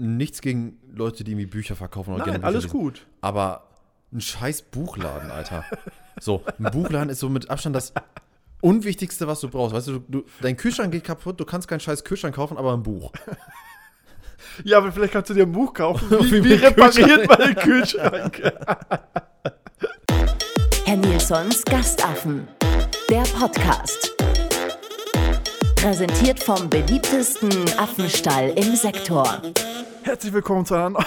nichts gegen Leute, die irgendwie Bücher verkaufen. Oder Nein, alles gut. Aber ein scheiß Buchladen, Alter. So, ein Buchladen ist so mit Abstand das Unwichtigste, was du brauchst. Weißt du, dein Kühlschrank geht kaputt, du kannst keinen scheiß Kühlschrank kaufen, aber ein Buch. Ja, aber vielleicht kannst du dir ein Buch kaufen. Wie repariert man den Kühlschrank? Herr Nilssons Gastaffen, der Podcast. Präsentiert vom beliebtesten Affenstall im Sektor. Herzlich willkommen zu einer neuen...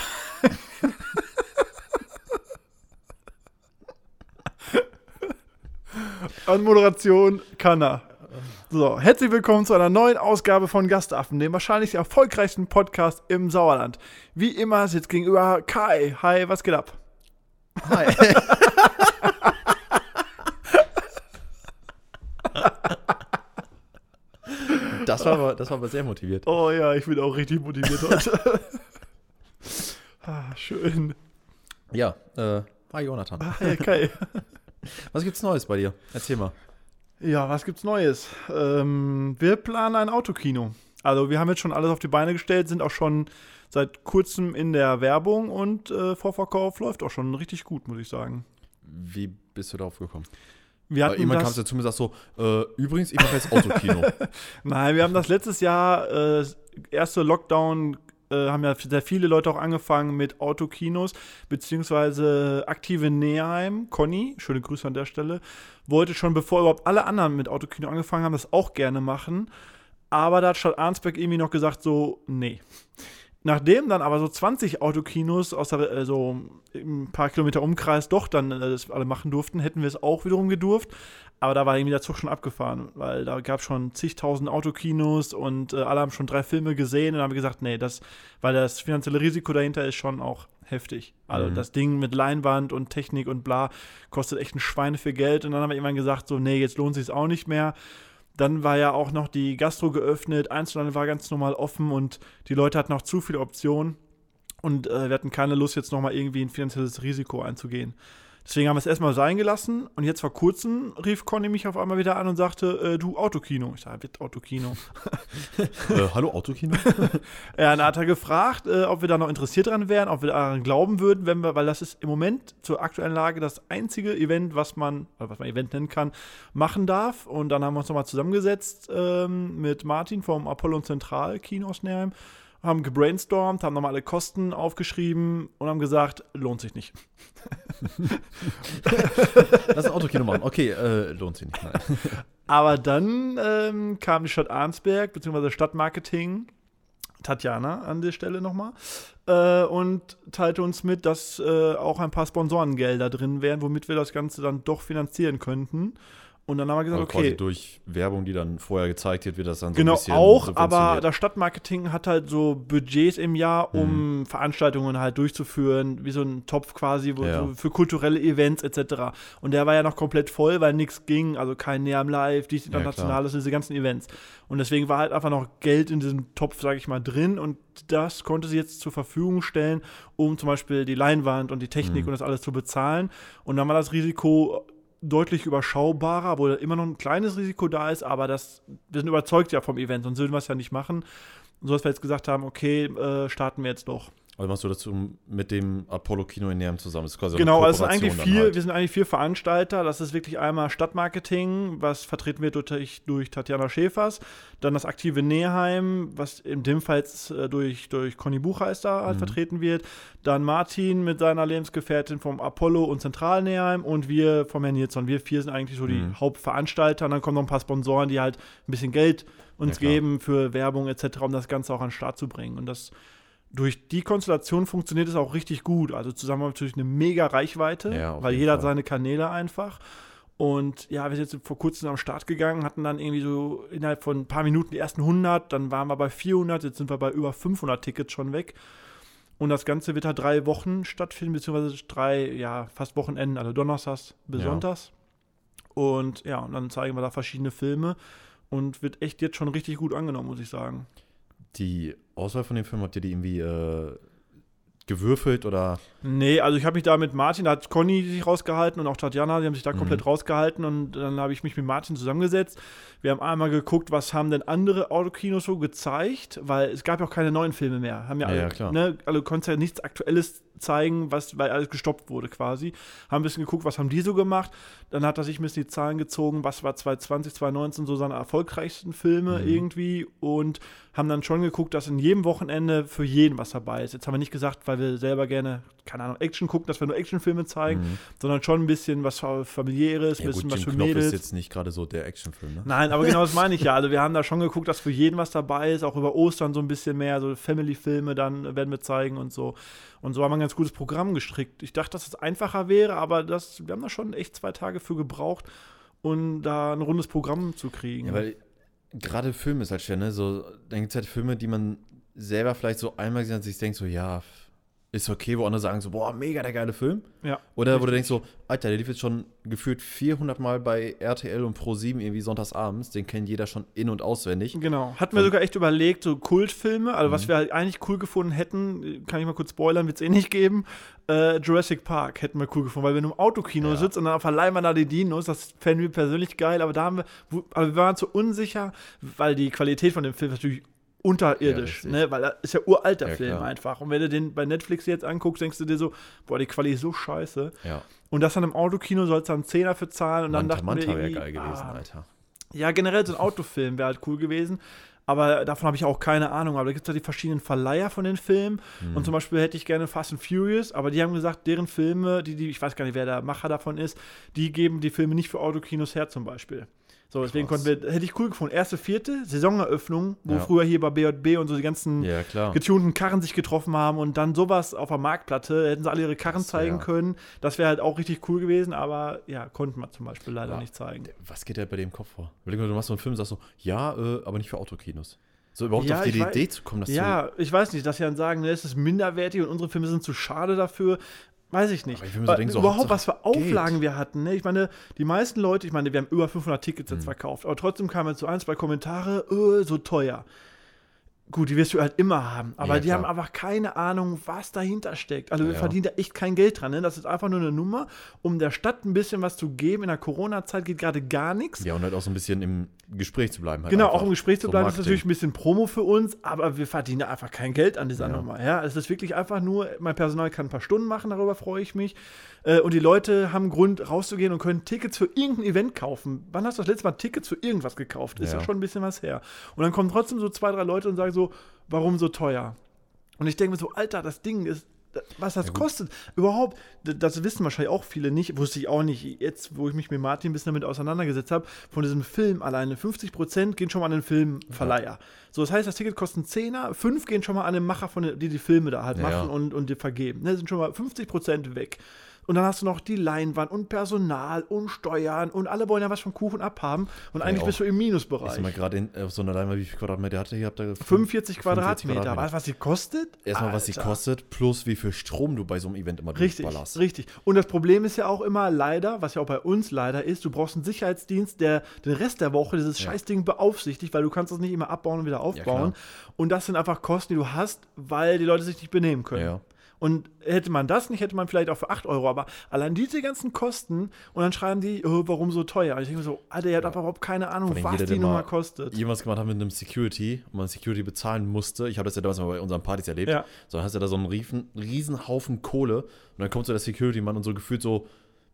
Anmoderation Kanna. So, herzlich willkommen zu einer neuen Ausgabe von Gastaffen, dem wahrscheinlich erfolgreichsten Podcast im Sauerland. Wie immer sitzt gegenüber Kai. Hi, was geht ab? Hi. Das war aber sehr motiviert. Oh ja, ich bin auch richtig motiviert heute. Schön. Ja, hi Jonathan. Hi Kai. Was gibt's Neues bei dir? Erzähl mal. Ja, was gibt's Neues? Wir planen ein Autokino. Also wir haben jetzt schon alles auf die Beine gestellt, sind auch schon seit kurzem in der Werbung und Vorverkauf läuft auch schon richtig gut, muss ich sagen. Wie bist du darauf gekommen? Jemand kam zu mir und sagt so, übrigens, ich mache jetzt Autokino. Nein, wir haben das letztes Jahr, erste Lockdown, haben ja sehr viele Leute auch angefangen mit Autokinos, beziehungsweise Aktive Neheim, Conny, schöne Grüße an der Stelle, wollte schon, bevor überhaupt alle anderen mit Autokino angefangen haben, das auch gerne machen, aber da hat Stadt Arnsberg irgendwie noch gesagt so, nee. Nachdem dann aber so 20 Autokinos aus so ein paar Kilometer Umkreis doch dann das alle machen durften, hätten wir es auch wiederum gedurft. Aber da war irgendwie der Zug schon abgefahren, weil da gab es schon zigtausend Autokinos und alle haben schon 3 Filme gesehen. Und dann haben wir gesagt, nee, weil das finanzielle Risiko dahinter ist schon auch heftig. Also das Ding mit Leinwand und Technik und bla kostet echt ein Schweine viel Geld. Und dann haben wir irgendwann gesagt, so nee, jetzt lohnt sich es auch nicht mehr. Dann war ja auch noch die Gastro geöffnet, Einzelhandel war ganz normal offen und die Leute hatten auch zu viele Optionen und wir hatten keine Lust, jetzt nochmal irgendwie ein finanzielles Risiko einzugehen. Deswegen haben wir es erstmal sein gelassen und jetzt vor kurzem rief Conny mich auf einmal wieder an und sagte, du, Autokino. Ich sage, wird Autokino. Hallo, Autokino? Ja, dann hat er gefragt, ob wir da noch interessiert dran wären, ob wir daran glauben würden, weil das ist im Moment zur aktuellen Lage das einzige Event, was man Event nennen kann, machen darf. Und dann haben wir uns nochmal zusammengesetzt mit Martin vom Apollo und Zentral Kino aus Neheim, haben gebrainstormt, haben nochmal alle Kosten aufgeschrieben und haben gesagt, lohnt sich nicht. Lass ein Autokino machen. Okay, lohnt sich nicht. Nein. Aber dann kam die Stadt Arnsberg, beziehungsweise Stadtmarketing, Tatjana an der Stelle nochmal, und teilte uns mit, dass auch ein paar Sponsorengelder drin wären, womit wir das Ganze dann doch finanzieren könnten. Und dann haben wir gesagt, aber okay. Quasi durch Werbung, die dann vorher gezeigt wird das dann so genau, ein bisschen auch, aber das Stadtmarketing hat halt so Budgets im Jahr, um Veranstaltungen halt durchzuführen, wie so ein Topf quasi so für kulturelle Events etc. Und der war ja noch komplett voll, weil nichts ging, also kein Neam Live, dies Internationales, diese ganzen Events. Und deswegen war halt einfach noch Geld in diesem Topf, sage ich mal, drin und das konnte sie jetzt zur Verfügung stellen, um zum Beispiel die Leinwand und die Technik und das alles zu bezahlen. Und dann war das Risiko deutlich überschaubarer, obwohl immer noch ein kleines Risiko da ist, aber wir sind überzeugt ja vom Event, sonst würden wir es ja nicht machen. So dass wir jetzt gesagt haben, okay, starten wir jetzt doch. Also machst du dazu mit dem Apollo-Kino in Neheim zusammen? Das ist quasi genau, eine also Kooperation wir sind eigentlich 4 Veranstalter. Das ist wirklich einmal Stadtmarketing, was vertreten wird durch Tatjana Schäfers. Dann das Aktive Neheim, was in dem Fall jetzt durch Conny Buchheister halt vertreten wird. Dann Martin mit seiner Lebensgefährtin vom Apollo und Zentral Neheim und wir vom Herrn Nilsson. Wir 4 sind eigentlich so die Hauptveranstalter. Und dann kommen noch ein paar Sponsoren, die halt ein bisschen Geld uns geben für Werbung etc., um das Ganze auch an den Start zu bringen. Und durch die Konstellation funktioniert es auch richtig gut. Also zusammen haben wir natürlich eine mega Reichweite, weil jeder hat seine Kanäle einfach. Und ja, wir sind jetzt vor kurzem am Start gegangen, hatten dann irgendwie so innerhalb von ein paar Minuten die ersten 100, dann waren wir bei 400, jetzt sind wir bei über 500 Tickets schon weg. Und das Ganze wird halt 3 Wochen stattfinden, beziehungsweise 3, fast Wochenenden, also Donnerstags bis Sonntags. Und ja, und dann zeigen wir da verschiedene Filme und wird echt jetzt schon richtig gut angenommen, muss ich sagen. Die Auswahl von den Filmen, habt ihr die irgendwie gewürfelt oder? Nee, also ich habe mich da mit Martin, da hat Conny sich rausgehalten und auch Tatjana, die haben sich da komplett rausgehalten und dann habe ich mich mit Martin zusammengesetzt. Wir haben einmal geguckt, was haben denn andere Autokinos so gezeigt, weil es gab ja auch keine neuen Filme mehr. Haben ja alle, klar. ne, alle konnten ja nichts Aktuelles zeigen, weil alles gestoppt wurde quasi. Haben ein bisschen geguckt, was haben die so gemacht. Dann hat er sich ein bisschen die Zahlen gezogen, was war 2020, 2019 so seine erfolgreichsten Filme irgendwie und haben dann schon geguckt, dass in jedem Wochenende für jeden was dabei ist. Jetzt haben wir nicht gesagt, weil wir selber gerne, keine Ahnung, Action gucken, dass wir nur Actionfilme zeigen, sondern schon ein bisschen was familiäres, ein bisschen was für Knopf Mädels. ist jetzt nicht gerade so der Actionfilm, ne? Nein, aber genau das meine ich ja. Also wir haben da schon geguckt, dass für jeden was dabei ist, auch über Ostern so ein bisschen mehr, so Family-Filme dann werden wir zeigen und so. Und so haben wir ein ganz gutes Programm gestrickt. Ich dachte, dass es einfacher wäre, aber wir haben da schon echt 2 Tage für gebraucht, um da ein rundes Programm zu kriegen. Ja, weil gerade Filme ist halt schwer, ne? So, dann gibt es halt Filme, die man selber vielleicht so einmal gesehen hat, sich denkt so, ja, ist okay, wo andere sagen so, boah, mega der geile Film. Ja, Oder wo du denkst so, Alter, der lief jetzt schon gefühlt 400 Mal bei RTL und Pro7 irgendwie sonntagsabends, den kennt jeder schon in- und auswendig. genau. Hatten wir sogar echt überlegt, so Kultfilme, also was wir halt eigentlich cool gefunden hätten, kann ich mal kurz spoilern, wird es eh nicht geben, Jurassic Park hätten wir cool gefunden, weil wenn du im Autokino sitzt und dann verleihen wir da die Dinos, das fänden wir persönlich geil, aber da haben aber wir waren so unsicher, weil die Qualität von dem Film natürlich unterirdisch, Ja, ne? Weil das ist ja uralter Ja, Film klar. einfach. Und wenn du den bei Netflix jetzt anguckst, denkst du dir so, boah, die Qualität ist so scheiße. Ja. Und das dann im Autokino sollst du dann 10er für zahlen und dann dachten wir Manta wäre irgendwie, geil gewesen, Alter. ja, generell so ein Autofilm wäre halt cool gewesen. Aber davon habe ich auch keine Ahnung. Aber da gibt es ja die verschiedenen Verleiher von den Filmen. Und zum Beispiel hätte ich gerne Fast and Furious. Aber die haben gesagt, deren Filme, ich weiß gar nicht, wer der Macher davon ist, die geben die Filme nicht für Autokinos her zum Beispiel. So, deswegen hätte ich cool gefunden. 1.4. Saisoneröffnung, wo früher hier bei BJB und so die ganzen Ja, klar. getunten Karren sich getroffen haben und dann sowas auf der Marktplatte, hätten sie alle ihre Karren zeigen können. Das wäre halt auch richtig cool gewesen, aber ja, konnten wir zum Beispiel leider nicht zeigen. Was geht da bei dem Kopf vor? Überleg mal, du machst so einen Film und sagst so, ja, aber nicht für Autokinos. So überhaupt Ja, auf die ich weiß- Idee zu kommen, dass Ja, ich weiß nicht, dass sie dann sagen, ne, es ist minderwertig und unsere Filme sind zu schade dafür. Weiß ich nicht. Aber ich will mir so denken, so, überhaupt, was Hauptsache für Auflagen Geld. wir hatten. Ne? Ich meine, die meisten Leute, wir haben über 500 Tickets jetzt verkauft, aber trotzdem kamen jetzt so 1, 2 Kommentare, so teuer. Gut, die wirst du halt immer haben, aber Ja, die klar. haben einfach keine Ahnung, was dahinter steckt. Also wir Ja. verdienen da echt kein Geld dran. Ne? Das ist einfach nur eine Nummer, um der Stadt ein bisschen was zu geben. In der Corona-Zeit geht gerade gar nichts. Ja, und halt auch so ein bisschen im Gespräch zu bleiben. Halt Genau, einfach. auch im Gespräch zu So bleiben, ist Marketing. natürlich ein bisschen Promo für uns, aber wir verdienen da einfach kein Geld an dieser Ja. Nummer. Ja, es ist wirklich einfach nur, mein Personal kann ein paar Stunden machen, darüber freue ich mich. Und die Leute haben Grund, rauszugehen und können Tickets für irgendein Event kaufen. Wann hast du das letzte Mal Tickets für irgendwas gekauft? Ist ja Ja. schon ein bisschen was her. Und dann kommen trotzdem so 2, 3 Leute und sagen so, warum so teuer? Und ich denke mir so, Alter, das Ding ist, was das kostet. Überhaupt, das wissen wahrscheinlich auch viele nicht, wusste ich auch nicht. Jetzt, wo ich mich mit Martin ein bisschen damit auseinandergesetzt habe, von diesem Film alleine 50% gehen schon mal an den Filmverleiher. So, das heißt, das Ticket kostet einen Zehner, 5 gehen schon mal an den Macher, die Filme da halt machen und die vergeben. Ne, sind schon mal 50% weg. Und dann hast du noch die Leinwand und Personal und Steuern und alle wollen ja was vom Kuchen abhaben und eigentlich auch. bist du im Ich Minusbereich. sag mal gerade auf so einer Leinwand, wie viel Quadratmeter hatte ihr? Habt ihr 45 Quadratmeter. Weißt du, was die kostet? Erstmal, was sie Alter. kostet, plus wie viel Strom du bei so einem Event immer Richtig, durchballerst. richtig. Und das Problem ist ja auch immer leider, was ja auch bei uns leider ist, du brauchst einen Sicherheitsdienst, der den Rest der Woche dieses Scheißding beaufsichtigt, weil du kannst das nicht immer abbauen und wieder aufbauen. Und das sind einfach Kosten, die du hast, weil die Leute sich nicht benehmen können. Ja. Und hätte man das nicht, hätte man vielleicht auch für 8 Euro, aber allein diese ganzen Kosten und dann schreiben die, warum so teuer? Und ich denke mir so, Alter, ihr habt einfach überhaupt keine Ahnung, Vor allem was jeder, die der Nummer mal kostet. Jemals gemacht hat mit einem Security und man Security bezahlen musste. Ich habe das ja damals mal bei unseren Partys erlebt. Ja. So, dann hast du da so einen riesen Haufen Kohle und dann kommt so der Security-Mann und so gefühlt so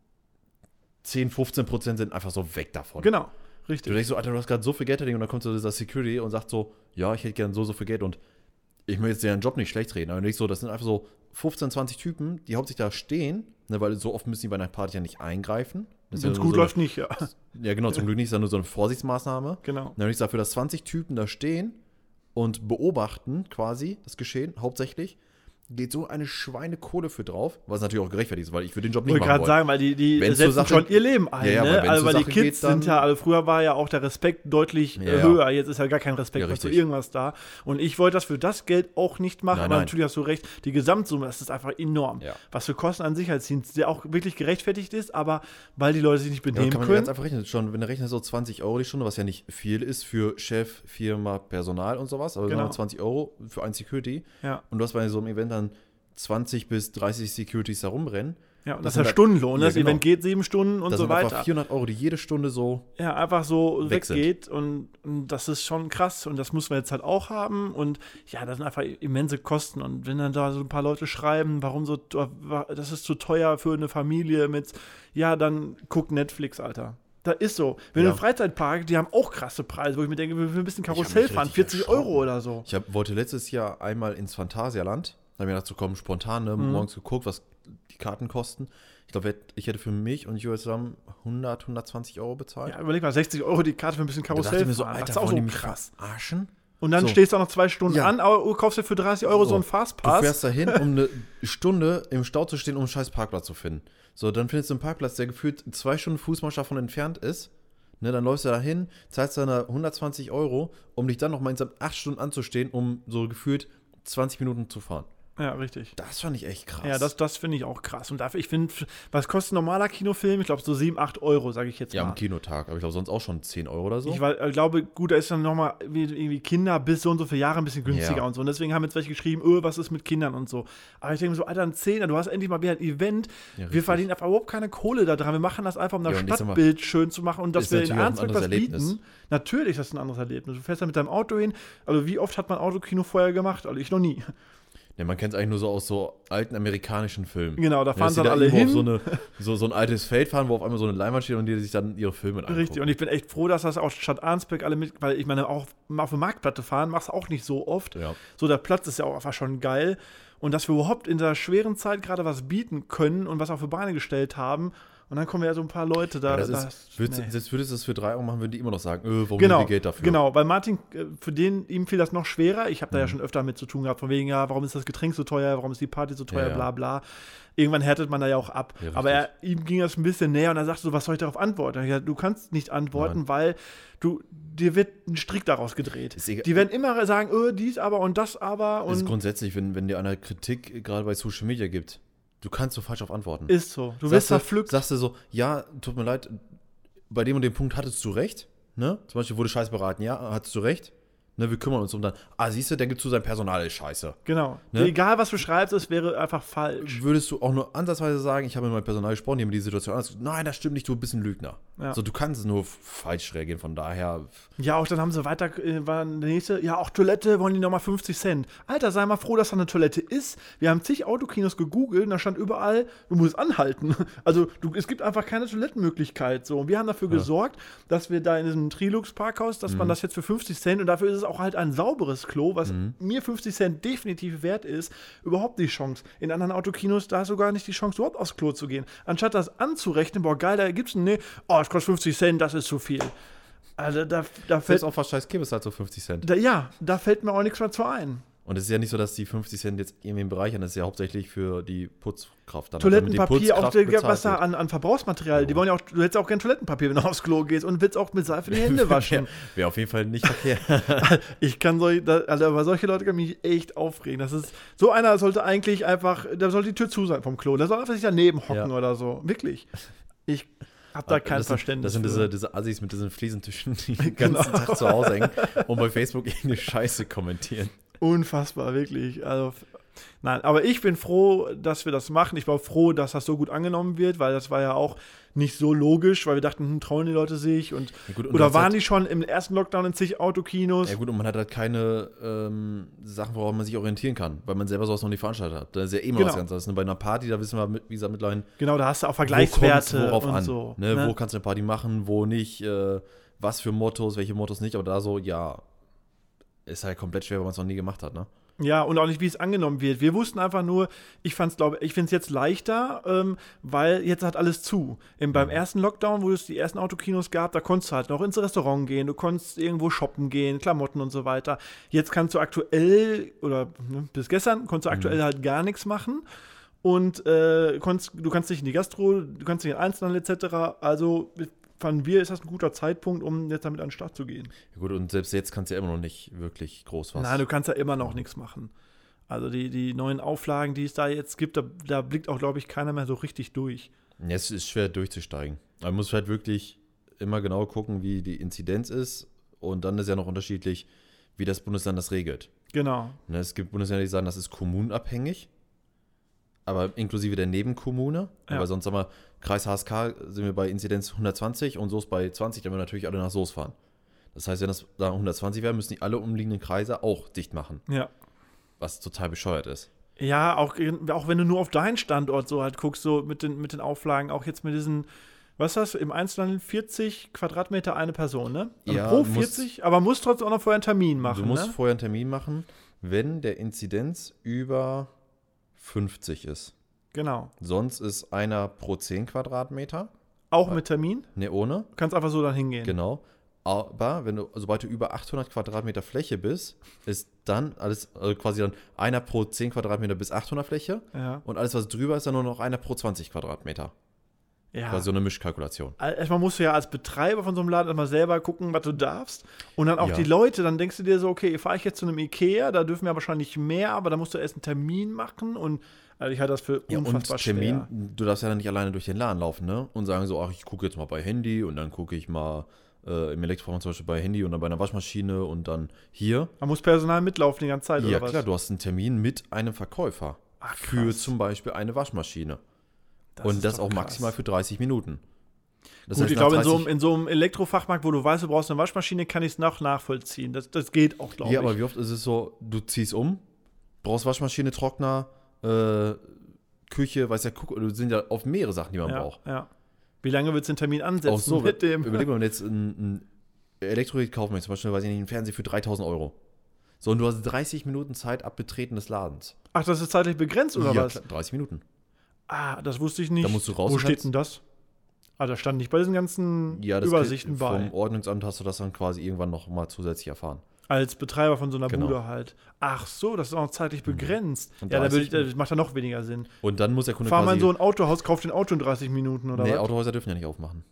10-15% sind einfach so weg davon. Genau, Du richtig. denkst so, Alter, du hast gerade so viel Geld verdient und dann kommt so dieser Security und sagt so, ja, ich hätte gern so viel Geld und ich möchte jetzt deren Job nicht schlecht reden. Aber nicht so, das sind einfach so 15, 20 Typen, die hauptsächlich da stehen, ne, weil so oft müssen die bei einer Party ja nicht eingreifen. Das ist Wenn es ja gut so läuft, nicht, ja. Ja, genau, zum Glück nicht, ist ja nur so eine Vorsichtsmaßnahme. Genau. Nämlich dafür, dass 20 Typen da stehen und beobachten quasi das Geschehen, hauptsächlich, geht so eine Schweinekohle für drauf, was natürlich auch gerechtfertigt ist, weil ich würde den Job nicht Ich wollte machen gerade wollen. sagen, weil die Wenn's zur setzen Sache- schon ihr Leben ein, Ja, ja, ne? weil wenn's Also, zur weil die Sache Kids geht, dann- sind ja, also früher war ja auch der Respekt deutlich Ja, ja. höher, jetzt ist ja gar kein Respekt Ja, mehr zu richtig. irgendwas da. Und ich wollte das für das Geld auch nicht machen, Nein, aber nein. natürlich hast du recht, die Gesamtsumme, das ist einfach enorm. Ja. Was für Kosten an Sicherheitsdienst, der auch wirklich gerechtfertigt ist, aber weil die Leute sich nicht Ja, benehmen kann man können. ganz einfach rechnen. Schon, wenn du rechnest, so 20 Euro die Stunde, was ja nicht viel ist für Chef, Firma, Personal und sowas, aber Genau. genau 20 Euro für ein Security. Ja. Und du hast bei so einem Event dann 20 bis 30 Securities da rumrennen. Ja, und das ist ja Stundenlohn. Ja, Das genau. Event geht 7 Stunden und Das so sind einfach weiter. 400 Euro, die jede Stunde so Ja, einfach so weg sind. weggeht und das ist schon krass und das müssen wir jetzt halt auch haben und ja, das sind einfach immense Kosten und wenn dann da so ein paar Leute schreiben, das ist zu teuer für eine Familie mit, ja, dann guck Netflix, Alter. Da ist so. Wenn du einen Freizeitpark, die haben auch krasse Preise, wo ich mir denke, wir ein bisschen Karussell fahren, 40 Euro oder so. Ich wollte letztes Jahr einmal ins Phantasialand. Da habe ich mir gedacht, so komm, spontan, morgens geguckt, was die Karten kosten. Ich glaube, ich hätte für mich und Joel zusammen 120 Euro bezahlt. Ja, überleg mal, 60 Euro die Karte für ein bisschen Da dachte Karussell ich mir so, fahren. Alter, Das ist auch wollen die so mich krass. verarschen? Und dann So. stehst du auch noch 2 Stunden Ja. an, aber du kaufst dir für 30 Euro so einen Du Fastpass. fährst dahin, um eine Stunde im Stau zu stehen, um einen scheiß Parkplatz zu finden. So, dann findest du einen Parkplatz, der gefühlt 2 Stunden Fußmarsch davon entfernt ist. Ne, dann läufst du da hin, zahlst dann 120 Euro, um dich dann noch mal insgesamt 8 Stunden anzustehen, um so gefühlt 20 Minuten zu fahren. Ja, richtig. Das fand ich echt krass. Ja, das finde ich auch krass. Und dafür, ich finde, was kostet ein normaler Kinofilm? Ich glaube, so 7, 8 Euro, sage ich jetzt Ja, mal. am Kinotag. Aber ich glaube, sonst auch schon 10 Euro oder so. Ich glaube, gut, da ist dann nochmal irgendwie Kinder bis so und so viele Jahre ein bisschen günstiger Ja. und so. Und deswegen haben jetzt welche geschrieben, was ist mit Kindern und so. Aber ich denke mir so, Alter, ein Zehner, du hast endlich mal wieder ein Event. Ja, Wir richtig. verdienen einfach überhaupt keine Kohle da dran. Wir machen das einfach, um das Ja, und ich sag mal, Stadtbild schön zu machen und dass ist wir in natürlich auch ein Arnsberg was anderes Erlebnis. bieten. Natürlich ist das ein anderes Erlebnis. Du fährst da mit deinem Auto hin. Also wie oft hat man Autokino vorher gemacht? Also ich noch nie. Ja, man kennt es eigentlich nur so aus so alten amerikanischen Filmen. Genau, da Ja, fahren dass sie die dann da alle irgendwo hin. auf so ein altes Feld fahren, wo auf einmal so eine Leinwand steht und die sich dann ihre Filme angucken. Richtig, und ich bin echt froh, dass das auch Stadt Arnsberg alle mit, weil ich meine, auch mal auf der Marktplatte fahren, machst du auch nicht so oft. Ja. So, der Platz ist ja auch einfach schon geil. Und dass wir überhaupt in der schweren Zeit gerade was bieten können und was auf die Beine gestellt haben. Und dann kommen ja so ein paar Leute da. Ja, selbst würdest du es für 3 Euro machen, würden die immer noch sagen, warum Genau, nehmen wir Geld dafür? genau, weil Martin, ihm fiel das noch schwerer. Ich habe da ja schon öfter mit zu tun gehabt, von wegen, ja, warum ist das Getränk so teuer, warum ist die Party so teuer, Ja. bla bla. Irgendwann härtet man da ja auch ab. Ja, aber ihm ging das ein bisschen näher und er sagte so, was soll ich darauf antworten? Ich gesagt, du kannst nicht antworten, weil dir wird ein Strick daraus gedreht. Ist egal. Die werden immer sagen, dies aber und das aber. Das ist Und grundsätzlich, wenn dir einer Kritik gerade bei Social Media gibt, du kannst so falsch auf antworten. ist so. Du wirst verpflückt. Sagst du so, ja, tut mir leid, bei dem und dem Punkt hattest du recht, ne? Zum Beispiel wurde scheiß beraten, ja, hattest du recht, ne, wir kümmern uns um dann, siehst du, der gibt zu, sein Personal ist scheiße. Genau. Ne? Egal, was du schreibst, es wäre einfach falsch. Würdest du auch nur ansatzweise sagen, ich habe mit meinem Personal gesprochen, die haben die Situation anders, nein, das stimmt nicht, du bist ein Lügner. Ja. So, du kannst nur falsch reagieren, von daher, Ja, auch dann haben sie weiter, war der nächste, ja, auch Toilette wollen die nochmal 50 Cent. Alter, sei mal froh, dass da eine Toilette ist. Wir haben zig Autokinos gegoogelt und da stand überall, du musst anhalten. Also, es gibt einfach keine Toilettenmöglichkeit. So. Und wir haben dafür gesorgt, dass wir da in diesem Trilux-Parkhaus, dass man das jetzt für 50 Cent und dafür ist es auch halt ein sauberes Klo, was mir 50 Cent definitiv wert ist, überhaupt die Chance. In anderen Autokinos, da hast du gar nicht die Chance, überhaupt aufs Klo zu gehen. Anstatt das anzurechnen, boah, geil, da gibt's nee, es kostet 50 Cent, das ist zu viel. Also da fällt fällt auch fast scheiß Kirbis halt so 50 Cent. da fällt mir auch nichts mehr zu ein. Und es ist ja nicht so, dass die 50 Cent jetzt irgendwie bereichern, das ist ja hauptsächlich für die Putzkraft. Dann Toilettenpapier, auch bezahlt was da an Verbrauchsmaterial, die wollen ja auch, du hättest auch gern Toilettenpapier, wenn du aufs Klo gehst und willst auch mit Seife die Hände waschen. Wäre auf jeden Fall nicht verkehrt. Ich kann über solche Leute kann mich echt aufregen. Das ist, so einer sollte eigentlich einfach, da sollte die Tür zu sein vom Klo. Der soll einfach sich daneben hocken Ja. oder so. Wirklich. Ich hab da kein Verständnis. Das sind für. diese Assis mit diesen Fliesentischen, die den ganzen Tag zu Hause hängen und bei Facebook irgendeine Scheiße kommentieren. Unfassbar, wirklich. Also, nein, aber ich bin froh, dass wir das machen. Ich war froh, dass das so gut angenommen wird, weil das war ja auch nicht so logisch, weil wir dachten, trauen die Leute sich und Ja, gut, und oder das waren hat- die schon im ersten Lockdown in zig Autokinos? Ja gut, und man hat halt keine Sachen, worauf man sich orientieren kann, weil man selber sowas noch nicht veranstaltet hat. Das ist ja immer Genau. was ganz anderes. Bei einer Party, da wissen wir, wie gesagt, mittlerweile, Genau, da hast du auch wo kommt's Vergleichswerte worauf und an. so. Ne? Ne? Wo kannst du eine Party machen, wo nicht, was für Mottos, welche Mottos nicht, aber da so, ja, ist halt komplett schwer, weil man es noch nie gemacht hat, ne? Ja, und auch nicht, wie es angenommen wird. Wir wussten einfach nur, ich finde es jetzt leichter, weil jetzt hat alles zu. Beim ersten Lockdown, wo es die ersten Autokinos gab, da konntest du halt noch ins Restaurant gehen, du konntest irgendwo shoppen gehen, Klamotten und so weiter. Jetzt kannst du aktuell, oder bis gestern, konntest du aktuell halt gar nichts machen. Und du kannst nicht in die Gastro, du kannst nicht in Einzelhandel etc. Also fanden wir, ist das ein guter Zeitpunkt, um jetzt damit an den Start zu gehen. Ja gut, und selbst jetzt kannst du ja immer noch nicht wirklich groß was. Nein, du kannst ja immer noch nichts machen. Also die neuen Auflagen, die es da jetzt gibt, da blickt auch, glaube ich, keiner mehr so richtig durch. Ja, es ist schwer durchzusteigen. Man muss halt wirklich immer genau gucken, wie die Inzidenz ist. Und dann ist ja noch unterschiedlich, wie das Bundesland das regelt. Genau. Ne, es gibt Bundesländer, die sagen, das ist kommunenabhängig. aber inklusive der Nebenkommune. Ja. Weil sonst, sagen wir, Kreis HSK sind wir bei Inzidenz 120 und Soest bei 20, dann werden wir natürlich alle nach Soest fahren. Das heißt, wenn das da 120 wäre, müssen die alle umliegenden Kreise auch dicht machen. Ja. Was total bescheuert ist. Ja, auch wenn du nur auf deinen Standort so halt guckst, so mit den Auflagen, auch jetzt mit diesen, was ist das, im Einzelhandel 40 Quadratmeter eine Person, ne? Also Ja, pro du 40, aber musst trotzdem auch noch vorher einen Termin machen, Du musst ne? vorher einen Termin machen, wenn der Inzidenz über 50 ist. Genau. Sonst ist einer pro 10 Quadratmeter. Auch mit Termin? Ne, ohne. Du kannst einfach so dann hingehen. Genau. Aber sobald du über 800 Quadratmeter Fläche bist, ist dann alles, also quasi dann einer pro 10 Quadratmeter bis 800 Fläche. Ja. Und alles, was drüber ist, dann nur noch einer pro 20 Quadratmeter. Ja. Quasi so eine Mischkalkulation. Erstmal musst du ja als Betreiber von so einem Laden erstmal selber gucken, was du darfst. Und dann auch Ja. die Leute, dann denkst du dir so, okay, fahre ich jetzt zu einem Ikea, da dürfen wir wahrscheinlich mehr, aber da musst du erst einen Termin machen. Und also ich halte das für Ja, unfassbar und Termin, schwer. du darfst ja dann nicht alleine durch den Laden laufen, ne? Und sagen so, ach, ich gucke jetzt mal bei Handy und dann gucke ich mal im Elektrofachmann zum Beispiel bei Handy und dann bei einer Waschmaschine und dann hier. Man muss Personal mitlaufen die ganze Zeit, Ja, oder was? klar, du hast einen Termin mit einem Verkäufer Ach, für krass. zum Beispiel eine Waschmaschine. Das und ist das doch auch krass. maximal für 30 Minuten. Das Gut, heißt, ich nach glaube, 30 in so einem Elektrofachmarkt, wo du weißt, du brauchst eine Waschmaschine, kann ich es noch nachvollziehen. Das geht auch, glaube ich. Ja, aber wie oft ist es so, du ziehst um, brauchst Waschmaschine, Trockner, Küche, weißt ja, guck, das sind ja oft mehrere Sachen, die man braucht. Ja. Wie lange willst du den Termin ansetzen Auch so, mit dem? überleg mal, wenn du jetzt ein Elektrogerät kaufen möchtest, zum Beispiel, weiß ich nicht, einen Fernseher für 3.000 Euro. So, und du hast 30 Minuten Zeit ab Betreten des Ladens. Ach, das ist zeitlich begrenzt, oder Ja, was? klar, 30 Minuten. Ah, das wusste ich nicht. Da musst du raus Wo und steht kannst- denn das? Ah, das stand nicht bei diesen ganzen Ja, das Übersichten bei. vom Ordnungsamt hast du das dann quasi irgendwann noch mal zusätzlich erfahren. Als Betreiber von so einer Genau. Bude halt. Ach so, das ist auch zeitlich begrenzt. Und Ja, 30 das macht ja noch weniger Sinn. Und dann muss der Kunde Fahr mal quasi... in so ein Autohaus, kauf den Auto in 30 Minuten, oder nee, was? Autohäuser dürfen ja nicht aufmachen.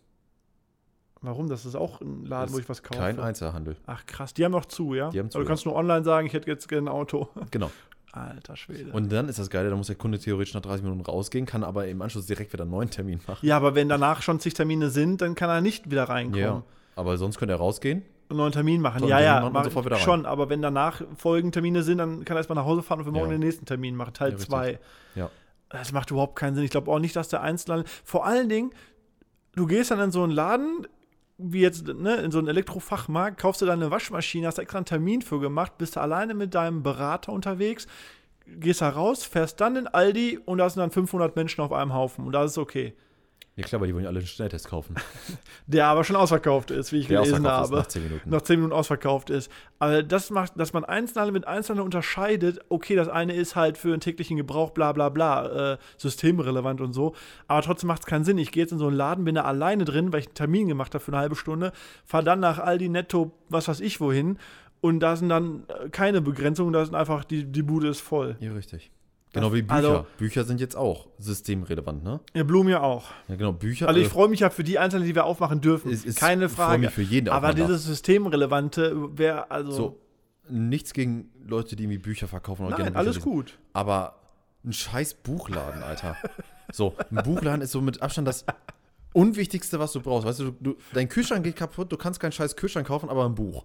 Warum? Das ist auch ein Laden, Das wo ich was kaufe. Kein Einzelhandel. Ach krass, die haben noch zu, ja? Die haben zu, Aber du kannst nur online sagen, ich hätte jetzt gerne ein Auto. Genau. Alter Schwede. Und dann ist das Geile, da muss der Kunde theoretisch nach 30 Minuten rausgehen, kann aber im Anschluss direkt wieder einen neuen Termin machen. ja, aber wenn danach schon zig Termine sind, dann kann er nicht wieder reinkommen. Ja. Aber sonst könnte er rausgehen. Einen neuen Termin machen. Neuen Ja, Termin ja, machen und sofort wieder rein. schon. Aber wenn danach folgende Termine sind, dann kann er erstmal nach Hause fahren und wir morgen Ja. den nächsten Termin machen. Teil Ja, richtig. 2. Ja. Das macht überhaupt keinen Sinn. Ich glaube auch nicht, dass der Einzelhandel. Vor allen Dingen, du gehst dann in so einen Laden, wie jetzt, ne, in so einen Elektrofachmarkt, kaufst du dann eine Waschmaschine, hast extra einen Termin für gemacht, bist du alleine mit deinem Berater unterwegs, gehst da raus, fährst dann in Aldi und da sind dann 500 Menschen auf einem Haufen und das ist okay. Ja klar, weil die wollen ja alle einen Schnelltest kaufen. Der aber schon ausverkauft ist, wie ich Der gelesen ausverkauft ist habe. nach 10 Minuten. Nach 10 Minuten ausverkauft ist. Aber das macht, dass man Einzelhandel mit Einzelhandel unterscheidet, okay, das eine ist halt für den täglichen Gebrauch, bla bla bla, systemrelevant und so, aber trotzdem macht es keinen Sinn. Ich gehe jetzt in so einen Laden, bin da alleine drin, weil ich einen Termin gemacht habe für eine halbe Stunde, fahre dann nach Aldi, Netto, was weiß ich wohin und da sind dann keine Begrenzungen, da sind einfach, die Bude ist voll. Ja, richtig. Genau wie Bücher. Also- Bücher sind jetzt auch systemrelevant, ne? Ja, Blumen ja auch. Ja, genau, Bücher. Also ich freue mich ja für die Einzelnen, die wir aufmachen dürfen. Keine Ich freue Frage. mich für jeden, der aber aufmachen darf. dieses Systemrelevante wäre also. So, nichts gegen Leute, die irgendwie Bücher verkaufen oder Nein, gerne Bücher alles lesen. gut. Aber ein scheiß Buchladen, Alter. So, ein Buchladen ist so mit Abstand das Unwichtigste, was du brauchst. Weißt du, dein Kühlschrank geht kaputt, du kannst keinen scheiß Kühlschrank kaufen, aber ein Buch.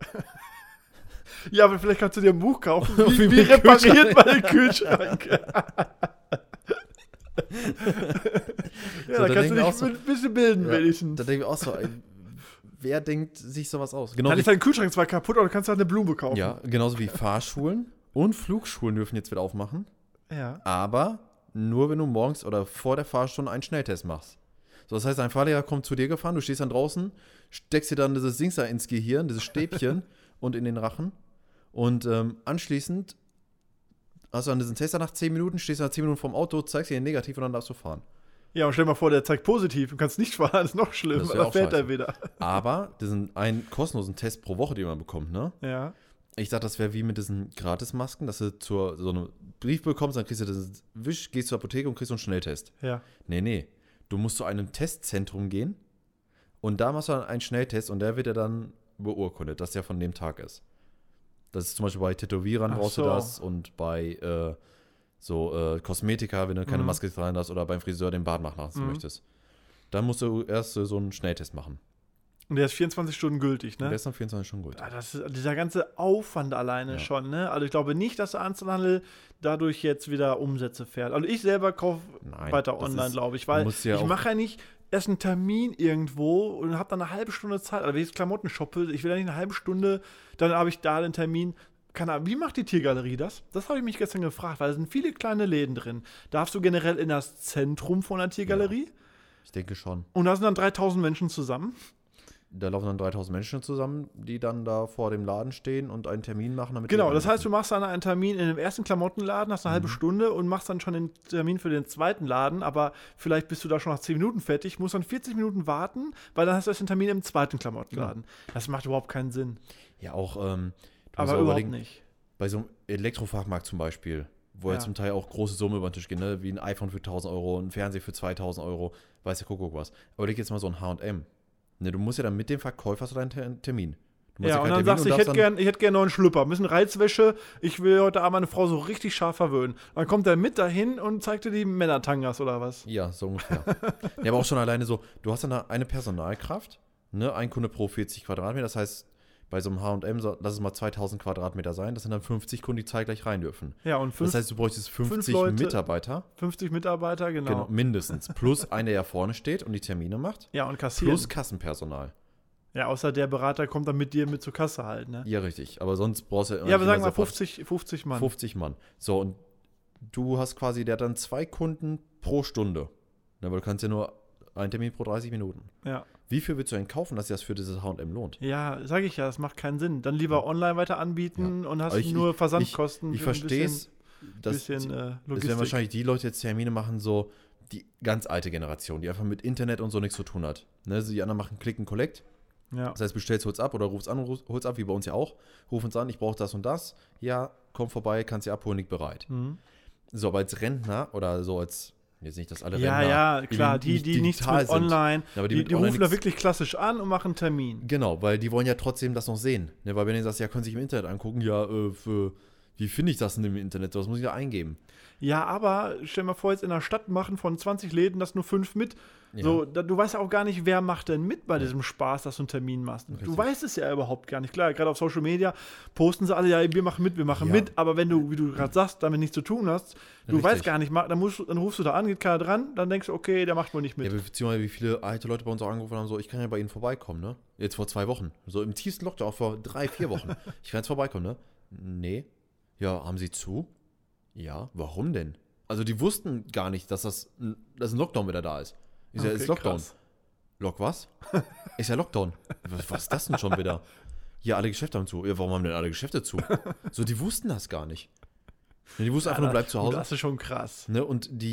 Ja, aber vielleicht kannst du dir ein Buch kaufen. Wie Wie mit repariert man den Kühlschrank? Ja, da da kannst du denken wir auch dich so- ein bisschen bilden, Da wenigstens. denke ich auch so, ey, wer denkt sich sowas aus? Genau Dann wie, ist dein Kühlschrank zwar kaputt, aber du kannst halt eine Blume kaufen. ja, genauso wie Fahrschulen und Flugschulen dürfen jetzt wieder aufmachen. Ja. Aber nur, wenn du morgens oder vor der Fahrstunde einen Schnelltest machst. So, das heißt, ein Fahrlehrer kommt zu dir gefahren, du stehst dann draußen, steckst dir dann dieses Dings da ins Gehirn, dieses Stäbchen und in den Rachen. Und anschließend hast du dann diesen Tester nach 10 Minuten, stehst nach 10 Minuten vorm Auto, zeigst dir den negativ und dann darfst du fahren. Ja, und stell dir mal vor, der zeigt positiv und kannst nicht fahren, das ist noch schlimm, Das weil wär da auch fährt er scheiße. wieder. Aber diesen einen kostenlosen Test pro Woche, den man bekommt, ne? Ja. Ich sag, das wäre wie mit diesen Gratismasken, dass du so einen Brief bekommst, dann kriegst du das Wisch, gehst zur Apotheke und kriegst so einen Schnelltest. Ja. Nee. Du musst zu einem Testzentrum gehen und da machst du dann einen Schnelltest und der wird ja dann beurkundet, dass der von dem Tag ist. Das ist zum Beispiel bei Tätowierern Ach brauchst so. du das und bei Kosmetika, wenn du keine Maske tragen hast oder beim Friseur den Bart machen lassen möchtest. Dann musst du erst so einen Schnelltest machen. Und der ist 24 Stunden gültig, ne? Der ist dann 24 Stunden gut. Ja, das ist dieser ganze Aufwand alleine schon, ne? Also ich glaube nicht, dass der Einzelhandel dadurch jetzt wieder Umsätze fährt. Also ich selber kaufe weiter online, glaube ich, weil ich mache ja nicht erst einen Termin irgendwo und habe dann eine halbe Stunde Zeit. Also wenn ich jetzt Klamotten shoppe, ich will ja nicht eine halbe Stunde, dann habe ich da den Termin. Keine Ahnung, wie macht die Tiergalerie das? Das habe ich mich gestern gefragt, weil da sind viele kleine Läden drin. Darfst du generell in das Zentrum von der Tiergalerie? Ja, ich denke schon. Und da sind dann 3000 Menschen zusammen? Da laufen dann 3000 Menschen zusammen, die dann da vor dem Laden stehen und einen Termin machen. Damit Genau, das heißt, du machst dann einen Termin in dem ersten Klamottenladen, hast eine halbe Stunde und machst dann schon den Termin für den zweiten Laden, aber vielleicht bist du da schon nach 10 Minuten fertig, musst dann 40 Minuten warten, weil dann hast du erst den Termin im zweiten Klamottenladen. Ja. Das macht überhaupt keinen Sinn. Ja, auch, aber überhaupt nicht. Bei so einem Elektrofachmarkt zum Beispiel, wo ja zum Teil auch große Summen über den Tisch gehen, ne? Wie ein iPhone für 1.000 Euro, ein Fernseher für 2.000 Euro, weiß der Kuckuck was. Aber leg jetzt mal so ein H&M. Ne, du musst ja dann mit dem Verkäufer hast du deinen Termin. Ja, und dann sagst du, ich hätte gern einen neuen Schlüpper, ein bisschen Reizwäsche, ich will heute Abend meine Frau so richtig scharf verwöhnen. Dann kommt er mit dahin und zeigt dir die Männertangas oder was? Ja, so ungefähr. Ja, aber auch schon alleine so, du hast dann da eine Personalkraft, ne, ein Kunde pro 40 Quadratmeter, das heißt, bei so einem H&M, lass es mal 2000 Quadratmeter sein, das sind dann 50 Kunden, die zeitgleich rein dürfen. Ja, und das heißt, du bräuchtest 50 Leute, Mitarbeiter. 50 Mitarbeiter, genau. Mindestens. Plus einer, der vorne steht und die Termine macht. Ja, und kassieren. Plus Kassenpersonal. Ja, außer der Berater kommt dann mit dir mit zur Kasse halt, ne? Ja, richtig. Aber sonst brauchst du... Ja, aber sagen wir 50 Mann. 50 Mann. So, und du hast quasi, der hat dann 2 Kunden pro Stunde. Na, weil du kannst ja nur einen Termin pro 30 Minuten. Ja. Wie viel willst du denn kaufen, dass sich das für dieses H&M lohnt? Ja, sage ich ja, das macht keinen Sinn. Dann lieber online weiter anbieten und hast nur Versandkosten. Ich verstehe es. Das werden wahrscheinlich die Leute jetzt Termine machen, so die ganz alte Generation, die einfach mit Internet und so nichts zu tun hat. Ne, die anderen machen Click and Collect. Ja. Das heißt, bestellst, holst ab oder rufst an, holst ab, wie bei uns ja auch. Ruf uns an, ich brauche das und das. Ja, komm vorbei, kannst dir abholen, liegt bereit. Mhm. So, aber als Rentner oder so als, jetzt nicht, dass alle Rentner. Ja, klar, die nichts mit online, aber die rufen da wirklich klassisch an und machen einen Termin. Genau, weil die wollen ja trotzdem das noch sehen. Ne, weil wenn du sagst, ja, können sich im Internet angucken, ja, wie finde ich das denn im Internet? Was muss ich da eingeben? Ja, aber stell dir mal vor, jetzt in der Stadt machen von 20 Läden das nur 5 mit. Ja. So, du weißt ja auch gar nicht, wer macht denn mit bei diesem Spaß, dass du einen Termin machst. Richtig. Du weißt es ja überhaupt gar nicht. Klar, gerade auf Social Media posten sie alle, ja, wir machen mit. Aber wenn du, wie du gerade sagst, damit nichts zu tun hast, du weißt gar nicht, dann rufst du da an, geht keiner dran, dann denkst du, okay, der macht wohl nicht mit. Ja, beziehungsweise wie viele alte Leute bei uns auch angerufen haben, so, ich kann ja bei ihnen vorbeikommen, ne? Jetzt vor 2 Wochen. So im tiefsten Lockdown, vor 3-4 Wochen. Ich kann jetzt vorbeikommen, ne? Nee. Ja, haben sie zu? Ja, warum denn? Also die wussten gar nicht, dass ein Lockdown wieder da ist. Ist Lockdown. Krass. Was? Ist ja Lockdown. Was ist das denn schon wieder? Ja, alle Geschäfte haben zu. Ja, warum haben denn alle Geschäfte zu? So, die wussten das gar nicht. Die wussten einfach nur, bleib zu Hause. Das ist schon krass. Ne,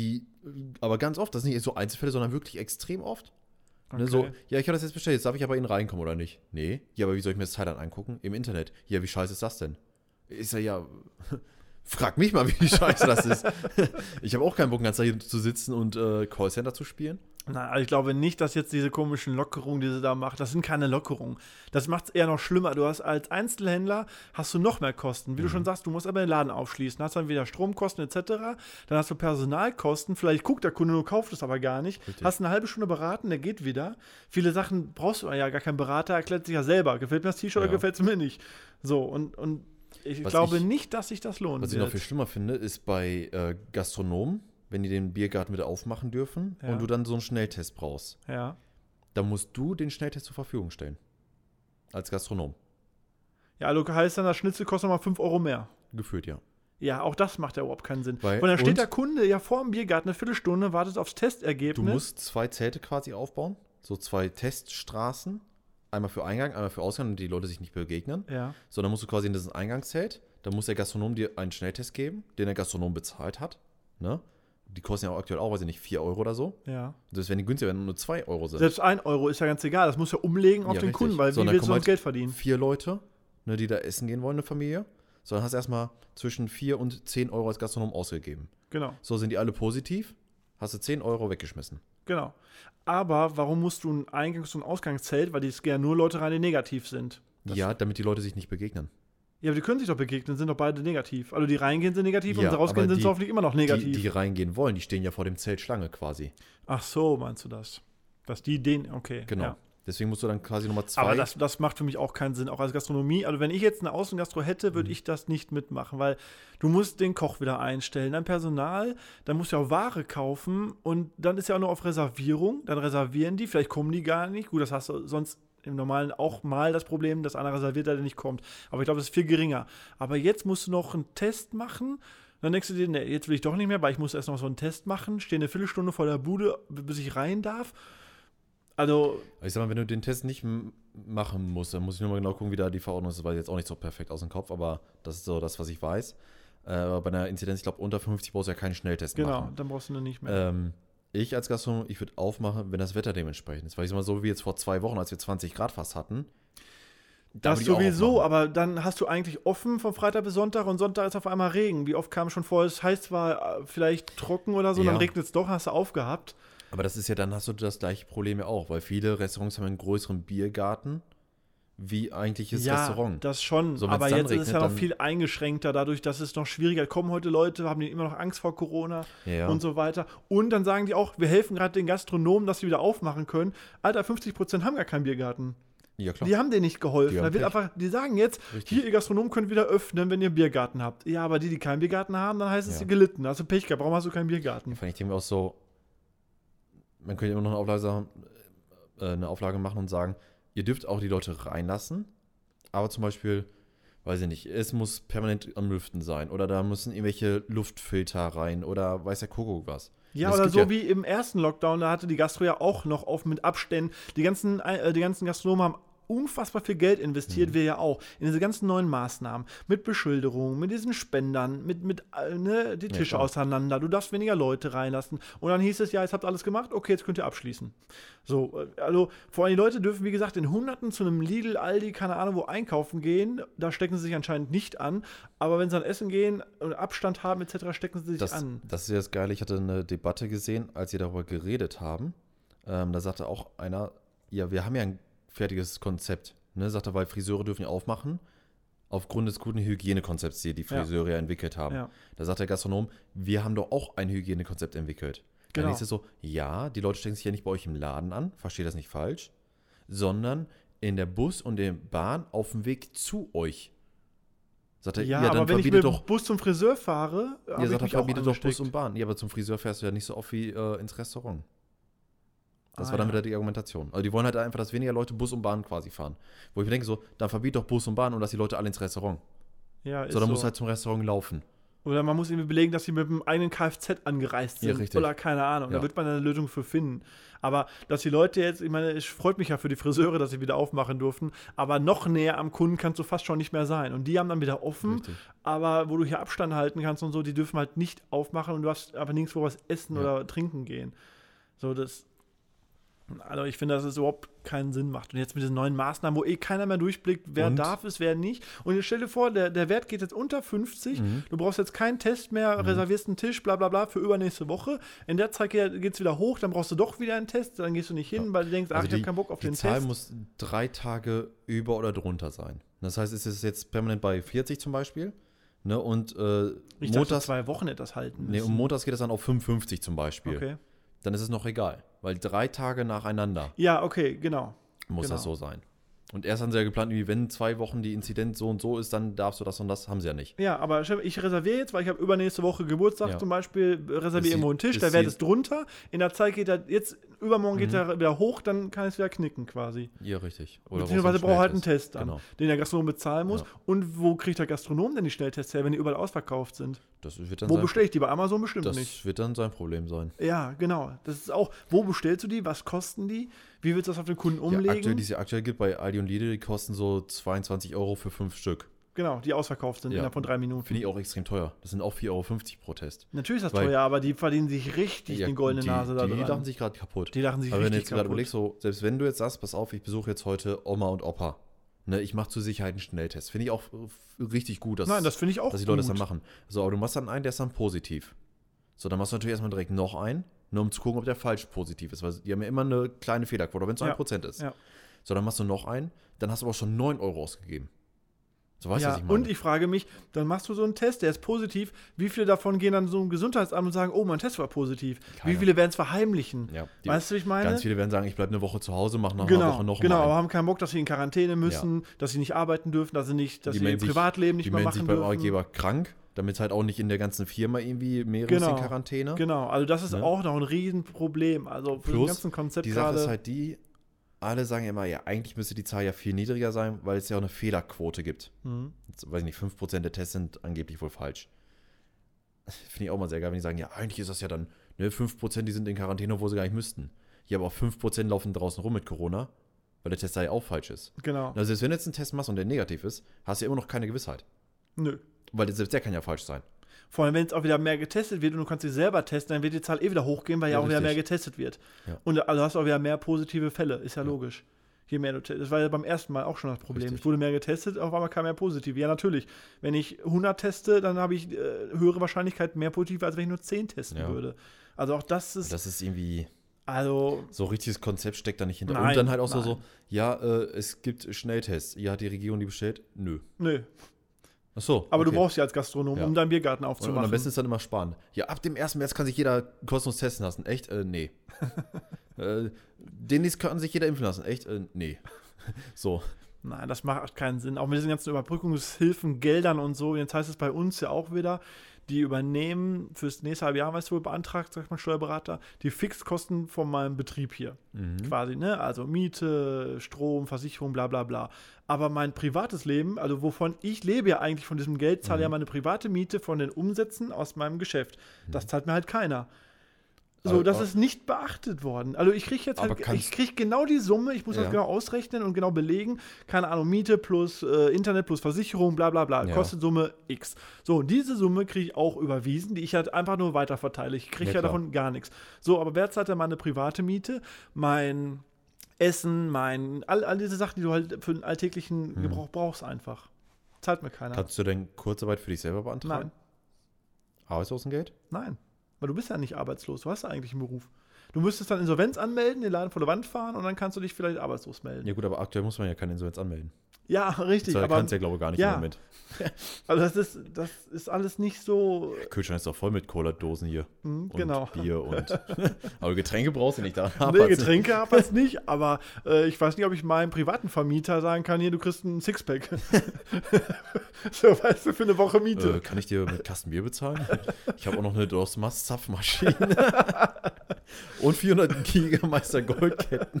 aber ganz oft, das sind nicht so Einzelfälle, sondern wirklich extrem oft. Okay. Ne, so, ja, ich habe das jetzt bestellt, jetzt darf ich aber Ihnen reinkommen, oder nicht? Nee. Ja, aber wie soll ich mir das Teil dann angucken? Im Internet. Ja, wie scheiße ist das denn? Ist ja... Frag mich mal, wie scheiße das ist. Ich habe auch keinen Bock, ganz da hier zu sitzen und Callcenter zu spielen. Nein, also ich glaube nicht, dass jetzt diese komischen Lockerungen, die sie da macht, das sind keine Lockerungen. Das macht es eher noch schlimmer. Du hast als Einzelhändler hast du noch mehr Kosten. Wie du schon sagst, du musst aber den Laden aufschließen. Hast dann wieder Stromkosten etc. Dann hast du Personalkosten. Vielleicht guckt der Kunde nur, kauft es aber gar nicht. Richtig. Hast eine halbe Stunde beraten, der geht wieder. Viele Sachen brauchst du ja gar keinen Berater, erklärt sich ja selber. Gefällt mir das T-Shirt oder gefällt es mir nicht? So, und ich glaube nicht, dass sich das lohnt. Was ich noch viel schlimmer finde, ist bei Gastronomen, wenn die den Biergarten wieder aufmachen dürfen und du dann so einen Schnelltest brauchst. Ja. Dann musst du den Schnelltest zur Verfügung stellen. Als Gastronom. Ja, also heißt dann, das Schnitzel kostet nochmal 5 Euro mehr. Gefühlt, ja. Ja, auch das macht ja überhaupt keinen Sinn. Weil dann steht der Kunde ja vor dem Biergarten eine Viertelstunde, wartet aufs Testergebnis. Du musst 2 Zelte quasi aufbauen, so 2 Teststraßen. Einmal für Eingang, einmal für Ausgang, damit die Leute sich nicht begegnen. Ja. So, dann musst du quasi in dieses Eingangszelt, dann muss der Gastronom dir einen Schnelltest geben, den der Gastronom bezahlt hat. Ne? Die kosten ja auch aktuell auch, weiß ich nicht, 4 Euro oder so. Ja. Das wenn die günstiger werden, nur 2 Euro sind. Selbst 1 Euro ist ja ganz egal, das muss ja umlegen auf den richtig. Kunden, weil so, wie willst du sonst Geld verdienen? 4 Leute, ne, die da essen gehen wollen, eine Familie. So, dann hast du erstmal zwischen 4 und 10 Euro als Gastronom ausgegeben. Genau. So, sind die alle positiv, hast du 10 Euro weggeschmissen. Genau. Aber warum musst du ein Eingangs- und Ausgangszelt? Weil es gehen nur Leute rein, die negativ sind. Ja, damit die Leute sich nicht begegnen. Ja, aber die können sich doch begegnen, sind doch beide negativ. Also die reingehen sind negativ und die rausgehen sind hoffentlich immer noch negativ. Die reingehen wollen, die stehen ja vor dem Zelt Schlange quasi. Ach so, meinst du das? Dass die den, okay. Genau. Ja. Deswegen musst du dann quasi Nummer 2. Aber das macht für mich auch keinen Sinn, auch als Gastronomie. Also wenn ich jetzt eine Außengastro hätte, würde ich das nicht mitmachen, weil du musst den Koch wieder einstellen, dann Personal, dann musst du auch Ware kaufen und dann ist ja auch nur auf Reservierung, dann reservieren die, vielleicht kommen die gar nicht. Gut, das hast du sonst im Normalen auch mal das Problem, dass einer reserviert, der nicht kommt. Aber ich glaube, das ist viel geringer. Aber jetzt musst du noch einen Test machen. Dann denkst du dir, nee, jetzt will ich doch nicht mehr, weil ich muss erst noch so einen Test machen, stehe eine Viertelstunde vor der Bude, bis ich rein darf. Also. Ich sag mal, wenn du den Test nicht machen musst, dann muss ich nur mal genau gucken, wie da die Verordnung ist. Das weiß ich jetzt auch nicht so perfekt aus dem Kopf, aber das ist so das, was ich weiß. Aber bei einer Inzidenz, ich glaube, unter 50 brauchst du ja keinen Schnelltest machen. Genau, dann brauchst du den nicht mehr. Ich als Gastronom, ich würde aufmachen, wenn das Wetter dementsprechend ist. Weil ich sag mal, so wie jetzt vor 2 Wochen, als wir 20 Grad fast hatten. Das sowieso, aber dann hast du eigentlich offen von Freitag bis Sonntag und Sonntag ist auf einmal Regen. Wie oft kam schon vor, es heißt zwar vielleicht trocken oder so, Ja. Dann regnet es doch, hast du aufgehabt. Aber das ist ja, dann hast du das gleiche Problem ja auch, weil viele Restaurants haben einen größeren Biergarten wie eigentliches Restaurant. Ja, das schon, So, wenn's aber dann jetzt ist es regnet, ja noch dann- viel eingeschränkter, dadurch, dass es noch schwieriger kommen heute Leute, haben die immer noch Angst vor Corona Ja. und so weiter. Und dann sagen die auch, wir helfen gerade den Gastronomen, dass sie wieder aufmachen können. Alter, 50% haben gar keinen Biergarten. Ja, klar. Die haben denen nicht geholfen. Die haben Da wird Pech. einfach, die sagen jetzt, Richtig. hier, ihr Gastronomen könnt wieder öffnen, wenn ihr einen Biergarten habt. Ja, aber die keinen Biergarten haben, dann heißt es Ja. gelitten. Da hast du Pech gehabt. Warum hast du keinen Biergarten? Fand ich denke mir auch so, man könnte immer noch eine Auflage machen und sagen, ihr dürft auch die Leute reinlassen, aber zum Beispiel, weiß ich nicht, es muss permanent am Lüften sein oder da müssen irgendwelche Luftfilter rein oder weiß der Kuckuck was. Ja, Es oder gibt so wie im ersten Lockdown, da hatte die Gastro ja auch noch auf mit Abständen. Die ganzen Gastronomen haben unfassbar viel Geld investiert, wir ja auch, in diese ganzen neuen Maßnahmen, mit Beschilderung, mit diesen Spendern, mit die Tische klar. auseinander, du darfst weniger Leute reinlassen. Und dann hieß es, ja, jetzt habt ihr alles gemacht, okay, jetzt könnt ihr abschließen. So, also vor allem die Leute dürfen, wie gesagt, in Hunderten zu einem Lidl, Aldi, keine Ahnung, wo einkaufen gehen, da stecken sie sich anscheinend nicht an, aber wenn sie dann essen gehen und Abstand haben etc., stecken sie sich an. Das ist ja das Geile, ich hatte eine Debatte gesehen, als sie darüber geredet haben, da sagte auch einer, ja, wir haben ja ein fertiges Konzept, ne, sagt er, weil Friseure dürfen ja aufmachen, aufgrund des guten Hygienekonzepts, die Friseure ja entwickelt haben. Ja. Da sagt der Gastronom, wir haben doch auch ein Hygienekonzept entwickelt. Dann Genau. ist es so, ja, die Leute stecken sich ja nicht bei euch im Laden an, versteht das nicht falsch, sondern in der Bus und der Bahn auf dem Weg zu euch. Sagt er, Ja, ja, dann aber wenn ich verbietet mit doch, dem Bus zum Friseur fahre, ja, habe ich sagt er, mich auch verbietet doch Bus angesteckt. und Bahn. Ja, aber zum Friseur fährst du ja nicht so oft wie ins Restaurant. Das Ah, war dann ja. wieder die Argumentation. Also die wollen halt einfach, dass weniger Leute Bus und Bahn quasi fahren. Wo ich mir denke so, dann verbiet doch Bus und Bahn und lass die Leute alle ins Restaurant. Ja, ist So, dann so. muss halt zum Restaurant laufen. Oder man muss irgendwie belegen, dass sie mit dem eigenen Kfz angereist Ja, sind. richtig. Oder keine Ahnung. Ja. Da wird man eine Lösung für finden. Aber dass die Leute jetzt, ich meine, es freut mich ja für die Friseure, dass sie wieder aufmachen durften. Aber noch näher am Kunden kannst du fast schon nicht mehr sein. Und die haben dann wieder offen. Richtig. Aber wo du hier Abstand halten kannst und so, die dürfen halt nicht aufmachen und du hast aber nirgendwo was essen Ja. oder trinken gehen. So, also ich finde, dass es überhaupt keinen Sinn macht. Und jetzt mit diesen neuen Maßnahmen, wo keiner mehr durchblickt, wer Und? darf es, wer nicht. Und jetzt stell dir vor, der Wert geht jetzt unter 50. Du brauchst jetzt keinen Test mehr, reservierst einen Tisch, bla bla bla, für übernächste Woche. In der Zeit geht es wieder hoch, dann brauchst du doch wieder einen Test, dann gehst du nicht hin, weil du denkst, ach, Also ich habe keinen Bock auf die den Zahl Test. muss 3 Tage über oder drunter sein. Das heißt, es ist jetzt permanent bei 40 zum Beispiel. Ne, und Ich dachte, montags, 2 Wochen etwas halten nee, müssen. und montags geht es dann auf 55 zum Beispiel. Okay. Dann ist es noch egal. Weil 3 Tage nacheinander Ja, okay, genau. muss Genau. das so sein. Und erst haben sie ja geplant, wie wenn 2 Wochen die Inzidenz so und so ist, dann darfst du das und das, haben sie ja nicht. Ja, aber ich reserviere jetzt, weil ich habe übernächste Woche Geburtstag Ja. zum Beispiel, reserviere Ist irgendwo einen Tisch, ist der Wert die- ist drunter. In der Zeit geht er jetzt, übermorgen geht er wieder hoch, dann kann ich es wieder knicken quasi. Ja, richtig. Oder Beziehungsweise braucht halt einen Test dann, Genau. den der Gastronom bezahlen muss. Ja. Und wo kriegt der Gastronom denn die Schnelltests her, wenn die überall ausverkauft sind? Das wird dann Wo sein, bestelle ich die? Bei Amazon bestimmt das nicht. wird dann sein Problem sein. Ja, genau. Das ist auch, wo bestellst du die? Was kosten die? Wie willst du das auf den Kunden Ja, umlegen? die es ja aktuell gibt bei Aldi und Lidl, die kosten so 22 € für 5 Stück. Genau, die ausverkauft sind Ja. innerhalb von 3 Minuten. Finde ich auch extrem teuer. Das sind auch 4,50 € pro Test. Natürlich ist das Weil- teuer, aber die verdienen sich richtig Ja, die goldene Nase da Die dran. lachen sich gerade kaputt. Die lachen sich Aber wenn du richtig jetzt gerade kaputt. überlegst, so, selbst wenn du jetzt sagst, pass auf, ich besuche jetzt heute Oma und Opa. Ne, ich mache zur Sicherheit einen Schnelltest. Finde ich auch richtig gut, dass, Nein, das finde ich auch dass die Leute das gut. dann machen. So, aber du machst dann einen, der ist dann positiv. So, dann machst du natürlich erstmal direkt noch einen, nur um zu gucken, ob der falsch positiv ist. Weil die haben ja immer eine kleine Fehlerquote, wenn es nur Ja. 1% ist. Ja. So, dann machst du noch einen, dann hast du aber auch schon 9 € ausgegeben. So weißt du, was Ja, ich meine? und ich frage mich, dann machst du so einen Test, der ist positiv. Wie viele davon gehen dann so ein Gesundheitsamt und sagen, oh, mein Test war positiv? Keiner. Wie viele werden es verheimlichen? Ja, Weißt du, wie ich meine? Ganz viele werden sagen, ich bleibe eine Woche zu Hause, mache nach einer Genau, Woche noch genau, mal aber einen. haben keinen Bock, dass sie in Quarantäne müssen, dass sie nicht arbeiten dürfen, dass sie ihr melden sich- Privatleben nicht die mehr melden sich machen beim dürfen. Arbeitgeber krank, damit es halt auch nicht in der ganzen Firma irgendwie mehrere Genau. in Quarantäne. Genau, also das ist Ne? auch noch ein Riesenproblem. Also für Plus, das ganze Konzept die Sache ist gerade. halt die, alle sagen ja immer, ja, eigentlich müsste die Zahl ja viel niedriger sein, weil es ja auch eine Fehlerquote gibt. Jetzt, weiß ich nicht, 5% der Tests sind angeblich wohl falsch. Finde ich auch mal sehr geil, wenn die sagen, ja, eigentlich ist das ja dann, ne, 5%, die sind in Quarantäne, obwohl sie gar nicht müssten. Ja, aber auch 5% laufen draußen rum mit Corona, weil der Test da ja auch falsch ist. Genau. Also selbst wenn du jetzt einen Test machst und der negativ ist, hast du ja immer noch keine Gewissheit. Nö. Weil selbst der kann ja falsch sein. Vor allem, wenn es auch wieder mehr getestet wird und du kannst dich selber testen, dann wird die Zahl wieder hochgehen, weil ja auch wieder richtig. mehr getestet wird. Ja. Und also hast du auch wieder mehr positive Fälle, ist ja logisch. Je mehr du testest. Das war ja beim ersten Mal auch schon das Problem. Richtig. Es wurde mehr getestet, auf einmal kam mehr positiv. Ja, natürlich. Wenn ich 100 teste, dann habe ich höhere Wahrscheinlichkeit mehr positive, als wenn ich nur 10 testen Ja. würde. Also auch das ist, Das ist irgendwie, also, so richtiges Konzept steckt da nicht hinter. Nein, und dann halt auch nein. so, ja, es gibt Schnelltests. Ja, hat die Regierung die bestellt? Nö. nö. Ach so. Aber okay. du brauchst ja als Gastronom, Ja. um deinen Biergarten Und aufzumachen. am besten ist dann immer sparen. Ja, ab dem 1. März kann sich jeder kostenlos testen lassen. Echt? Nee. Demnächst kann sich jeder impfen lassen. Echt? Nee. So. Nein, das macht keinen Sinn. Auch mit diesen ganzen Überbrückungshilfen, Geldern und so. Jetzt heißt es bei uns ja auch wieder, die übernehmen fürs nächste halbe Jahr, weißt du, wohl beantragt, sagt mein Steuerberater, die Fixkosten von meinem Betrieb hier. Quasi, ne? Also Miete, Strom, Versicherung, bla bla bla. Aber mein privates Leben, also wovon ich lebe ja eigentlich von diesem Geld, zahle ja meine private Miete von den Umsätzen aus meinem Geschäft. Das zahlt mir halt keiner. So, Aber- das ist nicht beachtet worden. Also ich kriege jetzt Aber halt, kannst- ich kriege genau die Summe, ich muss das Ja. genau ausrechnen und genau belegen. Keine Ahnung, Miete plus Internet plus Versicherung, bla bla bla, Ja. kostet Summe X. So, und diese Summe kriege ich auch überwiesen, die ich halt einfach nur weiter verteile. Ich kriege Ja, ja klar. davon gar nichts. So, aber wer zahlt denn meine private Miete? Mein Essen, all diese Sachen, die du halt für den alltäglichen Gebrauch brauchst einfach. Zahlt mir keiner. Kannst du denn Kurzarbeit für dich selber beantragen? Nein, Arbeitslosengeld? nein. Weil du bist ja nicht arbeitslos, du hast ja eigentlich einen Beruf. Du müsstest dann Insolvenz anmelden, den Laden vor der Wand fahren und dann kannst du dich vielleicht arbeitslos melden. Ja gut, aber aktuell muss man ja keine Insolvenz anmelden. Ja, richtig. Das Aber kannst du ja, glaube ich, gar nicht ja. im Moment. also das ist alles nicht so. Der Kühlschrank ist doch voll mit Cola-Dosen hier. Und genau. Bier und. Aber Getränke brauchst du nicht da. Nee, Getränke habe ich nicht, aber ich weiß nicht, ob ich meinem privaten Vermieter sagen kann, hier, du kriegst einen Sixpack. So, weißt du, für eine Woche Miete. Kann ich dir mit Kasten Bier bezahlen? Ich habe auch noch eine Dostmas-Zapfmaschine. Und 400 Gigameister Goldketten.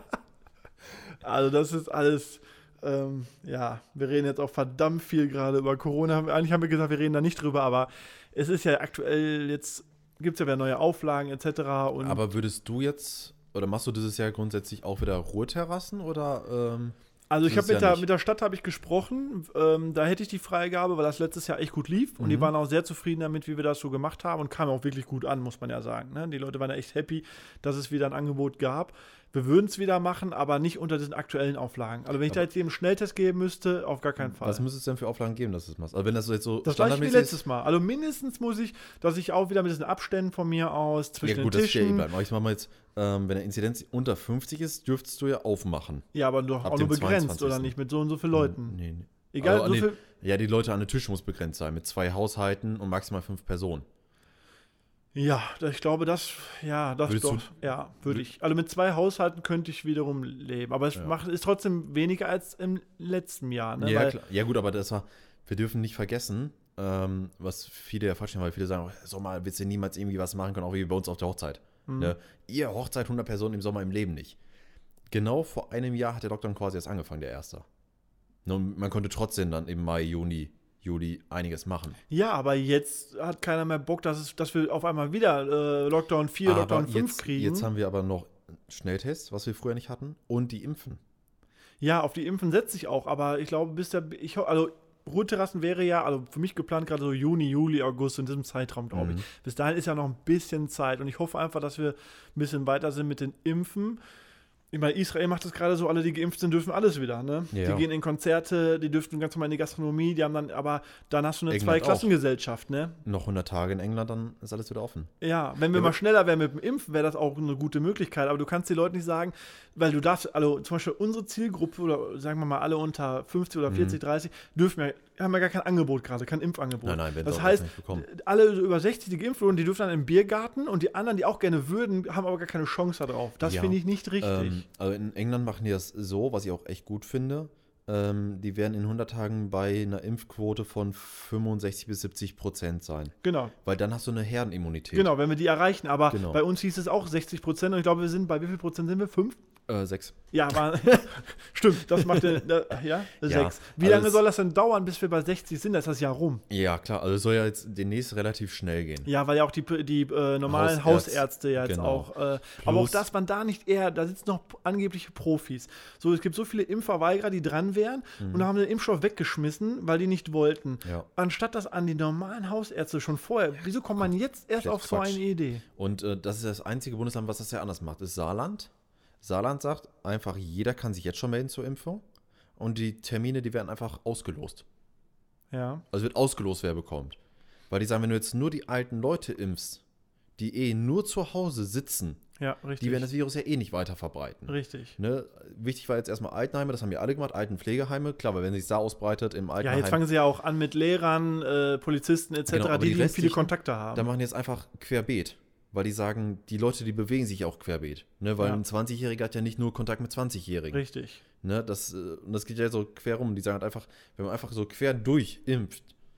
Also das ist alles, ja, wir reden jetzt auch verdammt viel gerade über Corona. Eigentlich haben wir gesagt, wir reden da nicht drüber, aber es ist ja aktuell, jetzt gibt es ja wieder neue Auflagen etc. Und Aber würdest du jetzt, oder machst du dieses Jahr grundsätzlich auch wieder Ruheterrassen oder? also ich das habe ist ja nicht. mit der Stadt habe ich gesprochen, da hätte ich die Freigabe, weil das letztes Jahr echt gut lief und die waren auch sehr zufrieden damit, wie wir das so gemacht haben und kam auch wirklich gut an, muss man ja sagen. Ne? Die Leute waren ja echt happy, dass es wieder ein Angebot gab. Wir würden es wieder machen, aber nicht unter diesen aktuellen Auflagen. Also wenn ich da jetzt jedem Schnelltest geben müsste, auf gar keinen Fall. Was müsste es denn für Auflagen geben, dass du es machst? Also wenn das jetzt so Das gleiche wie standardmäßig letztes Mal. Also mindestens muss ich, dass ich auch wieder mit diesen Abständen von mir aus zwischen Ja gut, den das ist ja eh Tischen. bleiben. Aber ich mach mal jetzt, wenn der Inzidenz unter 50 ist, dürftest du ja aufmachen. Ja, aber doch Ab auch nur dem begrenzt, 22.. oder nicht? Mit so und so vielen Leuten. Nee. Egal, Also, so viel. Ja, die Leute an den Tisch muss begrenzt sein, mit 2 Haushalten und maximal 5 Personen. Ja, ich glaube, das Würdest doch. du- Ja, würde ich. Also mit 2 Haushalten könnte ich wiederum leben. Aber es ist trotzdem weniger als im letzten Jahr. Ne? Ja, Weil, klar. Ja gut, aber wir dürfen nicht vergessen, was viele ja falsch machen, weil viele sagen, oh, Sommer willst du niemals irgendwie was machen können, auch wie bei uns auf der Hochzeit. Ne? Ihr Hochzeit 100 Personen im Sommer im Leben nicht. Genau vor einem Jahr hat der Lockdown quasi erst angefangen, der erste. Und man konnte trotzdem dann im Mai, Juni, Juli einiges machen. ja, aber jetzt hat keiner mehr Bock, dass wir auf einmal wieder Lockdown 4, Aber Lockdown 5 kriegen. jetzt haben wir aber noch Schnelltests, was wir früher nicht hatten, und die Impfen. Ja, auf die Impfen setze ich auch, aber ich glaube, also Ruheterrassen wäre ja, also für mich geplant gerade so Juni, Juli, August, in diesem Zeitraum, glaube ich. Bis dahin ist ja noch ein bisschen Zeit und ich hoffe einfach, dass wir ein bisschen weiter sind mit den Impfen. Ich meine, Israel macht das gerade so, alle, die geimpft sind, dürfen alles wieder, ne? Ja. Die gehen in Konzerte, die dürfen ganz normal in die Gastronomie, die haben dann, aber dann hast du eine England Zweiklassengesellschaft, ne? Noch 100 Tage in England, dann ist alles wieder offen. Ja, wenn wir mal schneller wären mit dem Impfen, wäre das auch eine gute Möglichkeit, aber du kannst die Leute nicht sagen, weil du darfst, also zum Beispiel unsere Zielgruppe, oder sagen wir mal alle unter 50 oder 40, 30, haben ja gar kein Angebot gerade, kein Impfangebot. Nein, wenn das sie auch heißt, nicht bekommen. alle über 60, die geimpft wurden, die dürfen dann im Biergarten und die anderen, die auch gerne würden, haben aber gar keine Chance darauf. Das finde ich nicht richtig. Also in England machen die das so, was ich auch echt gut finde. Die werden in 100 Tagen bei einer Impfquote von 65-70% sein. Genau. Weil dann hast du eine Herdenimmunität. Genau, wenn wir die erreichen. Aber Genau. bei uns hieß es auch 60% und ich glaube, wir sind bei wie viel Prozent sind wir? 5? 6. Ja, aber stimmt, das macht ja, 6. Wie also lange soll das denn dauern, bis wir bei 60 sind? Da ist das Jahr rum. Ja, klar. Also es soll ja jetzt demnächst relativ schnell gehen. Ja, weil ja auch die normalen Hausärzte ja jetzt genau. auch. Aber auch dass man da nicht da sitzen noch angebliche Profis. So, es gibt so viele Impfverweigerer, die dran wären und da haben den Impfstoff weggeschmissen, weil die nicht wollten. Ja. Anstatt das an die normalen Hausärzte schon vorher. Wieso kommt man jetzt erst auf so eine Idee? Und das ist das einzige Bundesland, was das ja anders macht, ist Saarland. Saarland sagt einfach, jeder kann sich jetzt schon melden zur Impfung und die Termine, die werden einfach ausgelost. Ja. Also wird ausgelost, wer bekommt. Weil die sagen, wenn du jetzt nur die alten Leute impfst, die nur zu Hause sitzen, Ja, richtig. die werden das Virus ja nicht weiter verbreiten. Richtig. Ne? Wichtig war jetzt erstmal Altenheime, das haben ja alle gemacht, Altenpflegeheime. Klar, weil wenn sich da ausbreitet im Ja, Altenheim. jetzt fangen sie ja auch an mit Lehrern, Polizisten etc., Genau, aber die viele restlichen, Kontakte haben. Da machen die jetzt einfach querbeet. Weil die sagen, die Leute, die bewegen sich auch querbeet. Ne? Weil Ja. ein 20-Jähriger hat ja nicht nur Kontakt mit 20-Jährigen. Richtig. Ne? Und das geht ja so quer rum. Die sagen halt einfach, wenn man einfach so quer durch impft,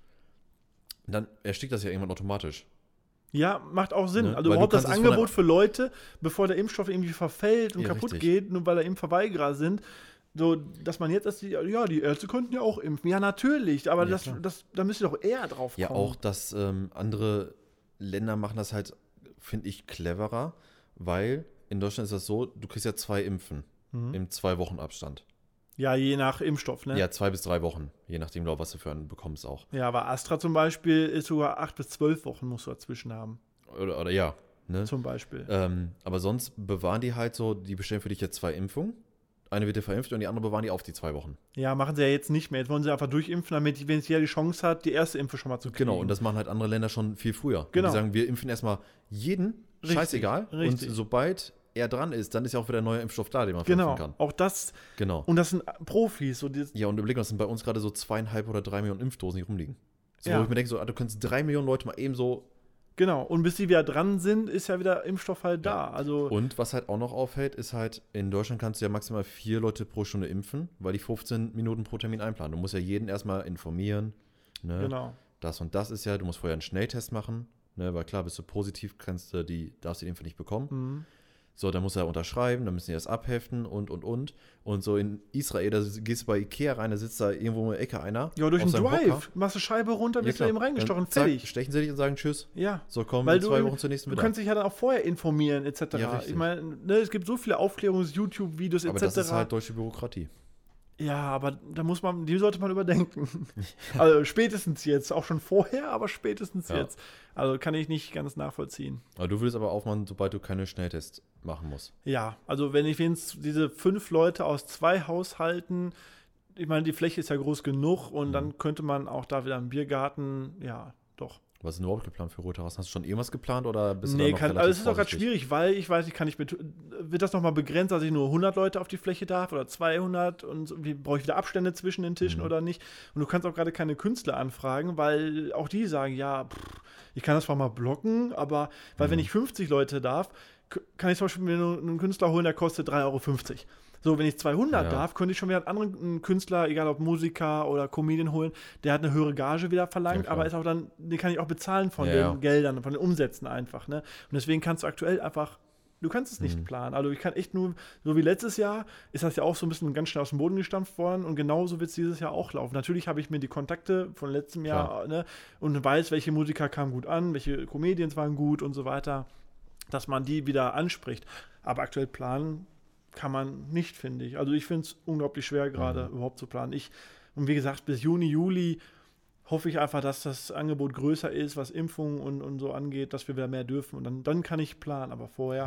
dann erstickt das ja irgendwann automatisch. Ja, macht auch Sinn. Ne? Also Weil überhaupt du das kannst es von Angebot für Leute, bevor der Impfstoff irgendwie verfällt und Ja, kaputt richtig. geht, nur weil da Impfverweigerer sind. So, dass man jetzt, die Ärzte könnten ja auch impfen. Ja, natürlich, aber Ja, klar. da müsst ihr doch eher drauf kommen. Ja, auch, dass andere Länder machen das halt, finde ich, cleverer, weil in Deutschland ist das so, du kriegst ja 2 Impfen im 2 Wochen Abstand. Ja, je nach Impfstoff, ne? Ja, 2 bis 3 Wochen, je nachdem, glaub, was du für einen bekommst auch. Ja, aber Astra zum Beispiel ist sogar 8 bis 12 Wochen musst du dazwischen haben. Oder ja, ne? Zum Beispiel. Aber sonst bewahren die halt so, die bestellen für dich jetzt 2 Impfungen. Eine wird dir verimpft und die andere bewahren die auf die 2 Wochen. Ja, machen sie ja jetzt nicht mehr. Jetzt wollen sie einfach durchimpfen, damit, wenn es jeder die Chance hat, die erste Impfe schon mal zu kriegen. Genau, und das machen halt andere Länder schon viel früher. Genau. Die sagen, wir impfen erstmal jeden, Richtig, scheißegal. richtig. Und sobald er dran ist, dann ist ja auch wieder ein neuer Impfstoff da, den man Genau, verimpfen kann. auch das. Genau. Und das sind Profis. So Ja, und überleg mal, das sind bei uns gerade so 2,5 oder 3 Millionen Impfdosen, die rumliegen. So, Ja. wo ich mir denke, so, du könntest 3 Millionen Leute mal eben so. Genau, und bis die wieder dran sind, ist ja wieder Impfstoff halt da. Also, Und was halt auch noch auffällt, ist halt, in Deutschland kannst du ja maximal 4 Leute pro Stunde impfen, weil die 15 Minuten pro Termin einplanen. Du musst ja jeden erstmal informieren. Ne? genau. Das und das ist ja, du musst vorher einen Schnelltest machen, ne? Weil klar, bist du positiv, darfst du die Impfe nicht bekommen. Mhm. So, dann muss er unterschreiben, dann müssen die das abheften und. Und so in Israel, da gehst du bei Ikea rein, da sitzt da irgendwo in der Ecke einer. Ja, durch auf einen seinem Drive. Hocker. Machst du Scheibe runter, Ja, bist du klar. eben reingestochen, Dann zack, fertig. stechen sie dich und sagen Tschüss. Ja. So, kommen Weil in 2 Wochen zur nächsten du wieder. kannst dich ja dann auch vorher informieren, etc. Ja, richtig. Ich meine, ne, es gibt so viele Aufklärungs-YouTube-Videos, etc. Aber das ist halt deutsche Bürokratie. Ja, aber die sollte man überdenken. Also spätestens jetzt, auch schon vorher, aber spätestens Ja. jetzt. Also kann ich nicht ganz nachvollziehen. Aber du würdest aber aufmachen, sobald du keine Schnelltests machen musst. Ja, also wenn ich jetzt diese 5 Leute aus 2 Haushalten, ich meine, die Fläche ist ja groß genug und dann könnte man auch da wieder einen Biergarten, ja, doch. Was ist denn überhaupt geplant für Rote Haus? Hast du schon irgendwas geplant oder bist du da Nee, noch also relativ es ist auch gerade vorsichtig? schwierig, weil ich weiß, wird das nochmal begrenzt, dass ich nur 100 Leute auf die Fläche darf oder 200 und so, brauche ich wieder Abstände zwischen den Tischen oder nicht? Und du kannst auch gerade keine Künstler anfragen, weil auch die sagen, ja, ich kann das zwar mal blocken, aber weil wenn ich 50 Leute darf, kann ich zum Beispiel mir nur einen Künstler holen, der kostet 3,50 €. So, wenn ich 200 Ja. darf, könnte ich schon wieder einen anderen Künstler, egal ob Musiker oder Comedian holen, der hat eine höhere Gage wieder verlangt, Ja, klar. aber ist auch dann, den kann ich auch bezahlen von Ja, den ja. Geldern, von den Umsätzen einfach, ne? Und deswegen kannst du aktuell einfach, du kannst es Mhm. nicht planen. Also ich kann echt nur, so wie letztes Jahr, ist das ja auch so ein bisschen ganz schnell aus dem Boden gestampft worden und genauso wird es dieses Jahr auch laufen. Natürlich habe ich mir die Kontakte von letztem Jahr, ne, und weiß, welche Musiker kamen gut an, welche Comedians waren gut und so weiter, dass man die wieder anspricht. Aber aktuell planen kann man nicht, finde ich. Also ich finde es unglaublich schwer gerade überhaupt zu planen. Und wie gesagt, bis Juni, Juli hoffe ich einfach, dass das Angebot größer ist, was Impfungen und so angeht, dass wir wieder mehr dürfen. Und dann kann ich planen, aber vorher. Ja.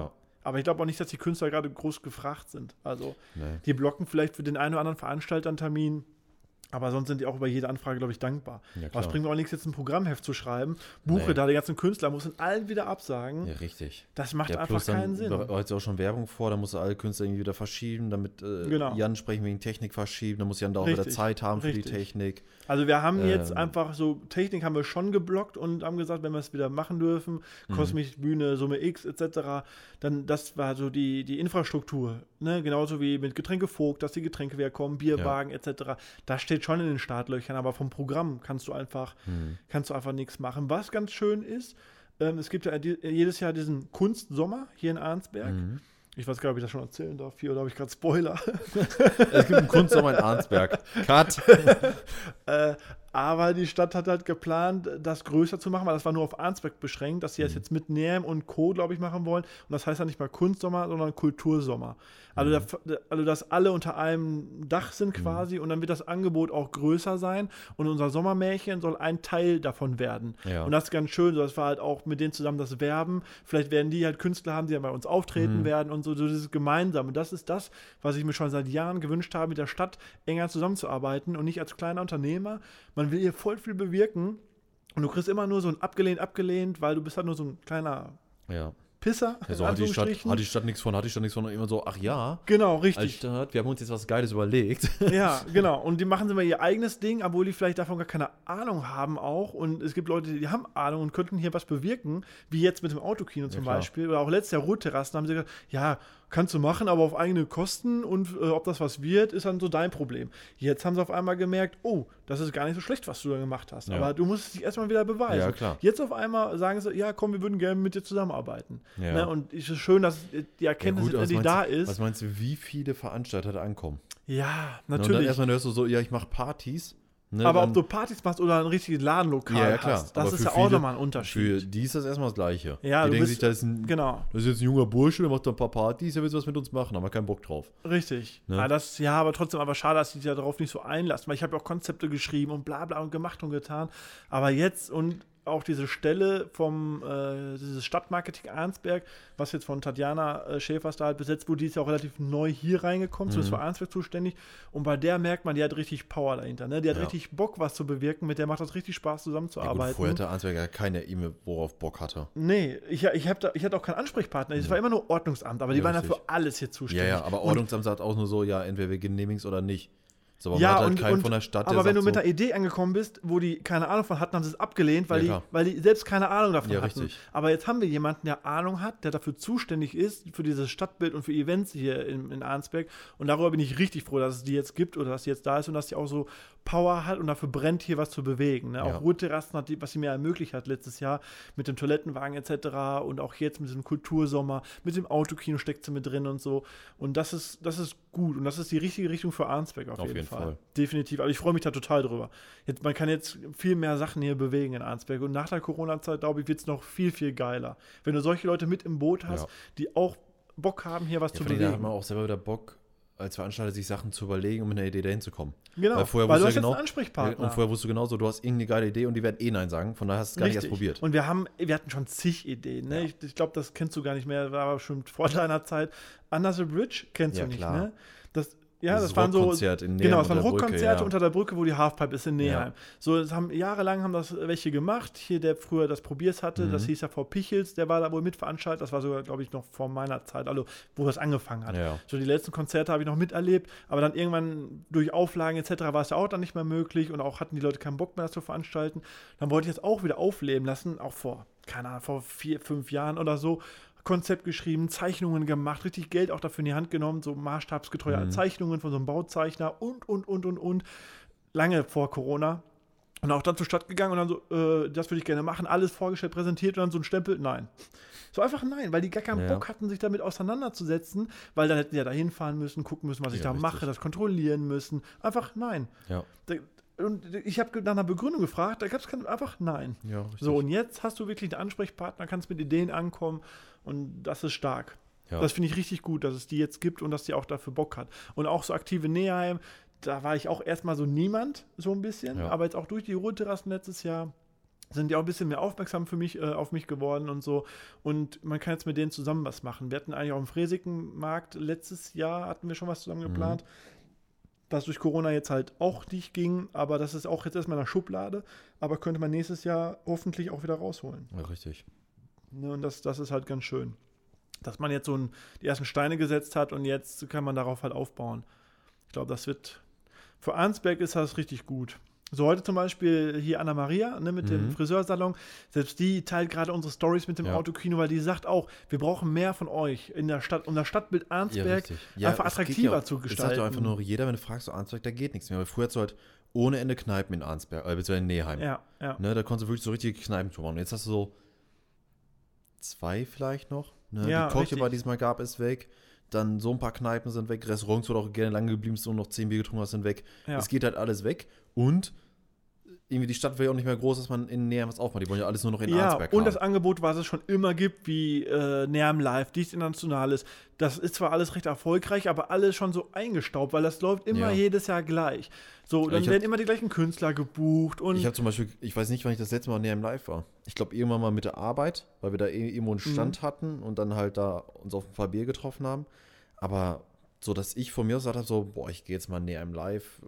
Aber ich glaube auch nicht, dass die Künstler gerade groß gefragt sind. Also Nee. die blocken vielleicht für den einen oder anderen Veranstalter einen Termin. Aber sonst sind die auch über jede Anfrage, glaube ich, dankbar. Ja, Aber klar. es bringt mir auch nichts, jetzt ein Programmheft zu schreiben. Buche Nee. da die ganzen Künstler, muss in allen wieder absagen. Ja, richtig. Das macht Ja, einfach plus keinen dann Sinn. bereitet auch schon Werbung vor, dann musst du alle Künstler irgendwie wieder verschieben, damit Genau. Jan sprechen wegen Technik verschieben, dann muss Jan da auch wieder Richtig, Zeit haben für die richtig. Technik. Also wir haben jetzt Ähm. einfach so, Technik haben wir schon geblockt und haben gesagt, wenn wir es wieder machen dürfen, Kosmik Bühne, Summe X etc., dann das war so die Infrastruktur. Ne? Genauso wie mit Getränke Vogt, dass die Getränke wieder kommen, Bierwagen etc. Das steht schon in den Startlöchern, aber vom Programm kannst du einfach nichts machen. Was ganz schön ist, es gibt ja jedes Jahr diesen Kunstsommer hier in Arnsberg. Ich weiß gar nicht, ob ich das schon erzählen darf hier oder habe ich gerade Spoiler. Es gibt einen Kunstsommer in Arnsberg. Cut! Aber die Stadt hat halt geplant, das größer zu machen, weil das war nur auf Arnsberg beschränkt, dass sie das jetzt mit NERM und Co., glaube ich, machen wollen. Und das heißt ja nicht mal Kunstsommer, sondern Kultursommer. Also, dass alle unter einem Dach sind quasi und dann wird das Angebot auch größer sein. Und unser Sommermärchen soll ein Teil davon werden. Ja. Und das ist ganz schön. So, das war halt auch mit denen zusammen das Werben. Vielleicht werden die halt Künstler haben, die dann bei uns auftreten werden und so dieses Gemeinsame. Und das ist das, was ich mir schon seit Jahren gewünscht habe, mit der Stadt enger zusammenzuarbeiten und nicht als kleiner Unternehmer. Man will hier voll viel bewirken und du kriegst immer nur so ein abgelehnt, weil du bist halt nur so ein kleiner Ja. Pisser, Also hat die Stadt nichts von, immer so, ach ja, Genau, als richtig. Stadt, wir haben uns jetzt was Geiles überlegt. Ja, genau. Und die machen immer ihr eigenes Ding, obwohl die vielleicht davon gar keine Ahnung haben auch. Und es gibt Leute, die haben Ahnung und könnten hier was bewirken, wie jetzt mit dem Autokino zum klar. Beispiel. Oder auch letztes Jahr Ruhrterrassen haben sie gesagt, ja, kannst du machen, aber auf eigene Kosten und ob das was wird, ist dann so dein Problem. Jetzt haben sie auf einmal gemerkt, oh, das ist gar nicht so schlecht, was du da gemacht hast. Ja. Aber du musst es dich erstmal wieder beweisen. Ja, klar. Jetzt auf einmal sagen sie, ja, komm, wir würden gerne mit dir zusammenarbeiten. Ja. Ne? Und es ist schön, dass die Erkenntnis aber endlich da ist. Was meinst du, wie viele Veranstalter da ankommen? Ja, Und dann natürlich. erstmal hörst du so, ja, ich mache Partys. Ne, Aber dann, ob du Partys machst oder ein richtiges Ladenlokal ja, klar. hast, das Aber ist für ja auch viele- nochmal ein Unterschied. Für die ist das erstmal das Gleiche. Ja, die du denken bist- sich, Genau, das ist jetzt ein junger Bursche, der macht da ein paar Partys, der will was mit uns machen, haben wir keinen Bock drauf. richtig. Ne? Aber trotzdem aber schade, dass die sich darauf nicht so einlassen, weil ich habe ja auch Konzepte geschrieben und bla bla und gemacht und getan. Aber jetzt und auch diese Stelle vom dieses Stadtmarketing Arnsberg, was jetzt von Tatjana Schäfers da halt besetzt wurde, die ist ja auch relativ neu hier reingekommen, zumindest für Arnsberg zuständig. Und bei der merkt man, die hat richtig Power dahinter. Ne? Die hat Ja. richtig Bock, was zu bewirken, mit der macht das richtig Spaß, Ja, gut, zusammenzuarbeiten. vorher hatte Arnsberger keine E-Mail, worauf Bock hatte. Nee, ich hatte auch keinen Ansprechpartner. Es war immer nur Ordnungsamt, aber die Ja, waren ja richtig. für alles hier Ja, zuständig. ja, aber Und- Ordnungsamt sagt auch nur so, ja, entweder wir genehmigen es oder nicht. So, aber ja, man hat halt und, keinen und, von der Stadt, aber wenn du sagt mit so, einer Idee angekommen bist, wo die keine Ahnung von hatten, haben sie es abgelehnt, weil, Ja, weil die selbst keine Ahnung davon Ja, hatten. richtig. Aber jetzt haben wir jemanden, der Ahnung hat, der dafür zuständig ist, für dieses Stadtbild und für Events hier in Arnsberg. Und darüber bin ich richtig froh, dass es die jetzt gibt oder dass sie jetzt da ist und dass sie auch so Power hat und dafür brennt, hier was zu bewegen. Ne? Ja. Auch Ruhrterrassen hat die, was sie mir ermöglicht hat letztes Jahr mit dem Toilettenwagen etc. und auch jetzt mit diesem Kultursommer, mit dem Autokino steckt sie mit drin und so. Und das ist gut und das ist die richtige Richtung für Arnsberg auf jeden Fall. Definitiv. Also ich freue mich da total drüber. Man kann jetzt viel mehr Sachen hier bewegen in Arnsberg und nach der Corona-Zeit, glaube ich, wird es noch viel, viel geiler. Wenn du solche Leute mit im Boot hast, Ja. die auch Bock haben, hier was ja, zu vor allem, da hat bewegen. man auch selber wieder Bock, als Veranstalter sich Sachen zu überlegen, um mit einer Idee dahin zu kommen. Genau, Weil vorher weil du wusstest hast du jetzt genau, einen Ansprechpartner. Und vorher wusstest du genauso, du hast irgendeine geile Idee und die werden Nein sagen, von daher hast du es gar nicht erst Richtig. probiert. Und wir hatten schon zig Ideen. Ne? Ja. Ich glaube, das kennst du gar nicht mehr, war aber bestimmt vor deiner Zeit. Under the Bridge kennst Ja, du nicht, klar. ne? Dieses Das waren so. Rockkonzert in Neheim Genau, es waren unter der Brücke, Rockkonzerte ja. unter der Brücke, wo die Halfpipe ist in Neheim. Ja. So, jahrelang haben das welche gemacht. Hier, der früher das Probiers hatte, Mhm. das hieß ja vor Pichels, der war da wohl mitveranstaltet. Das war sogar, glaube ich, noch vor meiner Zeit, also wo das angefangen hat. Ja. So, die letzten Konzerte habe ich noch miterlebt, aber dann irgendwann durch Auflagen etc. war es ja auch dann nicht mehr möglich und auch hatten die Leute keinen Bock mehr, das zu veranstalten. Dann wollte ich das auch wieder aufleben lassen, auch vor 4, 5 Jahren oder so. Konzept geschrieben, Zeichnungen gemacht, richtig Geld auch dafür in die Hand genommen, so maßstabsgetreue Zeichnungen von so einem Bauzeichner und. Lange vor Corona. Und auch dann zur Stadt gegangen und dann so, das würde ich gerne machen, alles vorgestellt, präsentiert und dann so ein Stempel, nein. So einfach nein, weil die gar keinen Ja. Bock hatten, sich damit auseinanderzusetzen, weil dann hätten die ja da hinfahren müssen, gucken müssen, was ich Ja, da richtig. mache, das kontrollieren müssen. Einfach nein. Ja. Und ich habe nach einer Begründung gefragt, da gab es einfach nein. Ja, richtig. So, und jetzt hast du wirklich einen Ansprechpartner, kannst mit Ideen ankommen und das ist stark. Ja. Das finde ich richtig gut, dass es die jetzt gibt und dass die auch dafür Bock hat. Und auch so aktive Neheim, da war ich auch erstmal so niemand, so ein bisschen, Ja. aber jetzt auch durch die Ruhrterrassen letztes Jahr sind ja auch ein bisschen mehr aufmerksam auf mich geworden und so. Und man kann jetzt mit denen zusammen was machen. Wir hatten eigentlich auch im Fresikenmarkt letztes Jahr, hatten wir schon was zusammen geplant, was durch Corona jetzt halt auch nicht ging. Aber das ist auch jetzt erstmal in der Schublade. Aber könnte man nächstes Jahr hoffentlich auch wieder rausholen. Ja, richtig. Ne, und das ist halt ganz schön. Dass man jetzt die ersten Steine gesetzt hat und jetzt kann man darauf halt aufbauen. Ich glaube, das wird, für Arnsberg ist das richtig gut. So heute zum Beispiel hier Anna-Maria, ne, mit dem Friseursalon, selbst die teilt gerade unsere Stories mit dem Autokino, weil die sagt auch, wir brauchen mehr von euch in der Stadt, um das Stadtbild Arnsberg einfach attraktiver zu gestalten. Es sagt doch einfach nur jeder, wenn du fragst, so Arnsberg, da geht nichts mehr. Weil früher hast du halt ohne Ende Kneipen in Arnsberg, beziehungsweise in Neheim. Ja. Ne, da konntest du wirklich so richtige Kneipentour machen. Und jetzt hast du so 2 vielleicht noch. Ne? Ja, die Koche richtig. war diesmal gab, ist weg. Dann so ein paar Kneipen sind weg. Restaurants, wo du auch gerne lange geblieben bist und noch 10 Bier getrunken hast, sind weg. Ja. Es geht halt alles weg. Und irgendwie die Stadt will ja auch nicht mehr groß, dass man in Neheim was aufmacht. Die wollen ja alles nur noch in Arnsberg und haben. das Angebot, was es schon immer gibt, wie Neheim Live, dies Internationales, das ist zwar alles recht erfolgreich, aber alles schon so eingestaubt, weil das läuft immer jedes Jahr gleich. So, dann werden immer die gleichen Künstler gebucht. Und ich habe zum Beispiel, ich weiß nicht, wann ich das letzte Mal in Neheim Live war. Ich glaube, irgendwann mal mit der Arbeit, weil wir da irgendwo einen Stand hatten und dann halt da uns auf ein paar Bier getroffen haben. Aber so, dass ich von mir aus gesagt habe, so, boah, ich gehe jetzt mal in Neheim Live.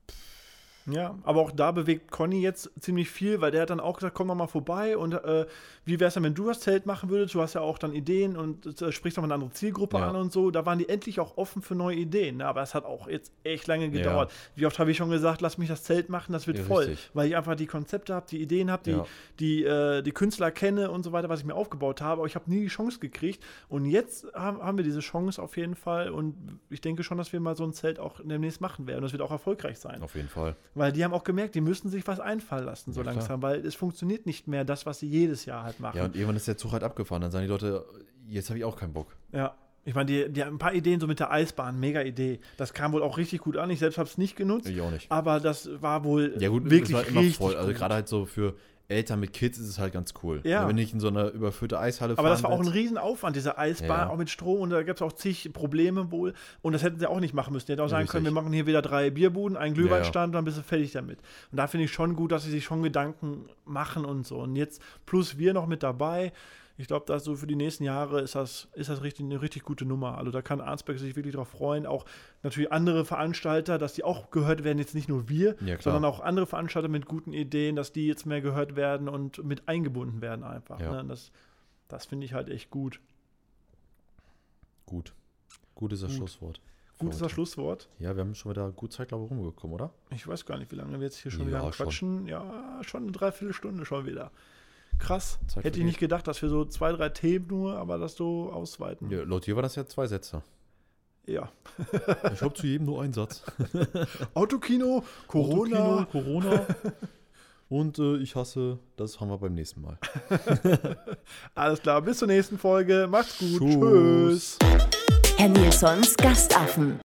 ja, aber auch da bewegt Conny jetzt ziemlich viel, weil der hat dann auch gesagt, komm doch mal vorbei und wie wär's denn, wenn du das Zelt machen würdest? Du hast ja auch dann Ideen und sprichst noch mal eine andere Zielgruppe an und so. Da waren die endlich auch offen für neue Ideen. Ne? Aber es hat auch jetzt echt lange gedauert. Wie oft habe ich schon gesagt, lass mich das Zelt machen, das wird voll. Richtig. Weil ich einfach die Konzepte habe, die Ideen habe, die Künstler kenne und so weiter, was ich mir aufgebaut habe. Aber ich habe nie die Chance gekriegt. Und jetzt haben wir diese Chance auf jeden Fall. Und ich denke schon, dass wir mal so ein Zelt auch demnächst machen werden. Und das wird auch erfolgreich sein. Auf jeden Fall. Weil die haben auch gemerkt, die müssen sich was einfallen lassen, so langsam, weil es funktioniert nicht mehr das, was sie jedes Jahr halt machen. Ja, und irgendwann ist der Zug halt abgefahren. Dann sagen die Leute, jetzt habe ich auch keinen Bock. Ja, ich meine, die haben ein paar Ideen so mit der Eisbahn, mega Idee. Das kam wohl auch richtig gut an. Ich selbst habe es nicht genutzt. Ich auch nicht. Aber das war wohl Ja gut, wirklich es war immer richtig voll. Also gut. gerade halt so für Eltern mit Kids ist es halt ganz cool. Ja. Wenn du nicht in so einer überfüllte Eishalle Aber das war auch ein willst. Riesenaufwand, diese Eisbahn, auch mit Strom. Und da gab es auch zig Probleme wohl. Und das hätten sie auch nicht machen müssen. Die hätten auch sagen können, wir machen hier wieder 3 Bierbuden, einen Glühweinstand und dann bist du fertig damit. Und da finde ich schon gut, dass sie sich schon Gedanken machen und so. Und jetzt plus wir noch mit dabei. Ich glaube, dass so für die nächsten Jahre ist das richtig, eine richtig gute Nummer. Also da kann Arnsberg sich wirklich drauf freuen. Auch natürlich andere Veranstalter, dass die auch gehört werden, jetzt nicht nur wir, sondern auch andere Veranstalter mit guten Ideen, dass die jetzt mehr gehört werden und mit eingebunden werden einfach. Ja. Ne? Das finde ich halt echt gut. Gut ist das Schlusswort. Gut ist das Schlusswort. Ja, wir haben schon wieder gut Zeit, glaube ich, rumgekommen, oder? Ich weiß gar nicht, wie lange wir jetzt hier schon wieder am quatschen. Ja, schon eine Dreiviertelstunde schon wieder. Krass. Zeit Hätte ich nicht gedacht, dass wir so 2, 3 Themen nur, aber das so ausweiten. Ja, laut dir war das ja 2 Sätze. Ja. Ich habe zu jedem nur einen Satz. Autokino, Corona. Corona. Und ich hasse, das haben wir beim nächsten Mal. Alles klar, bis zur nächsten Folge. Macht's gut. Tschüss. Herr Nilssons Gastaffen.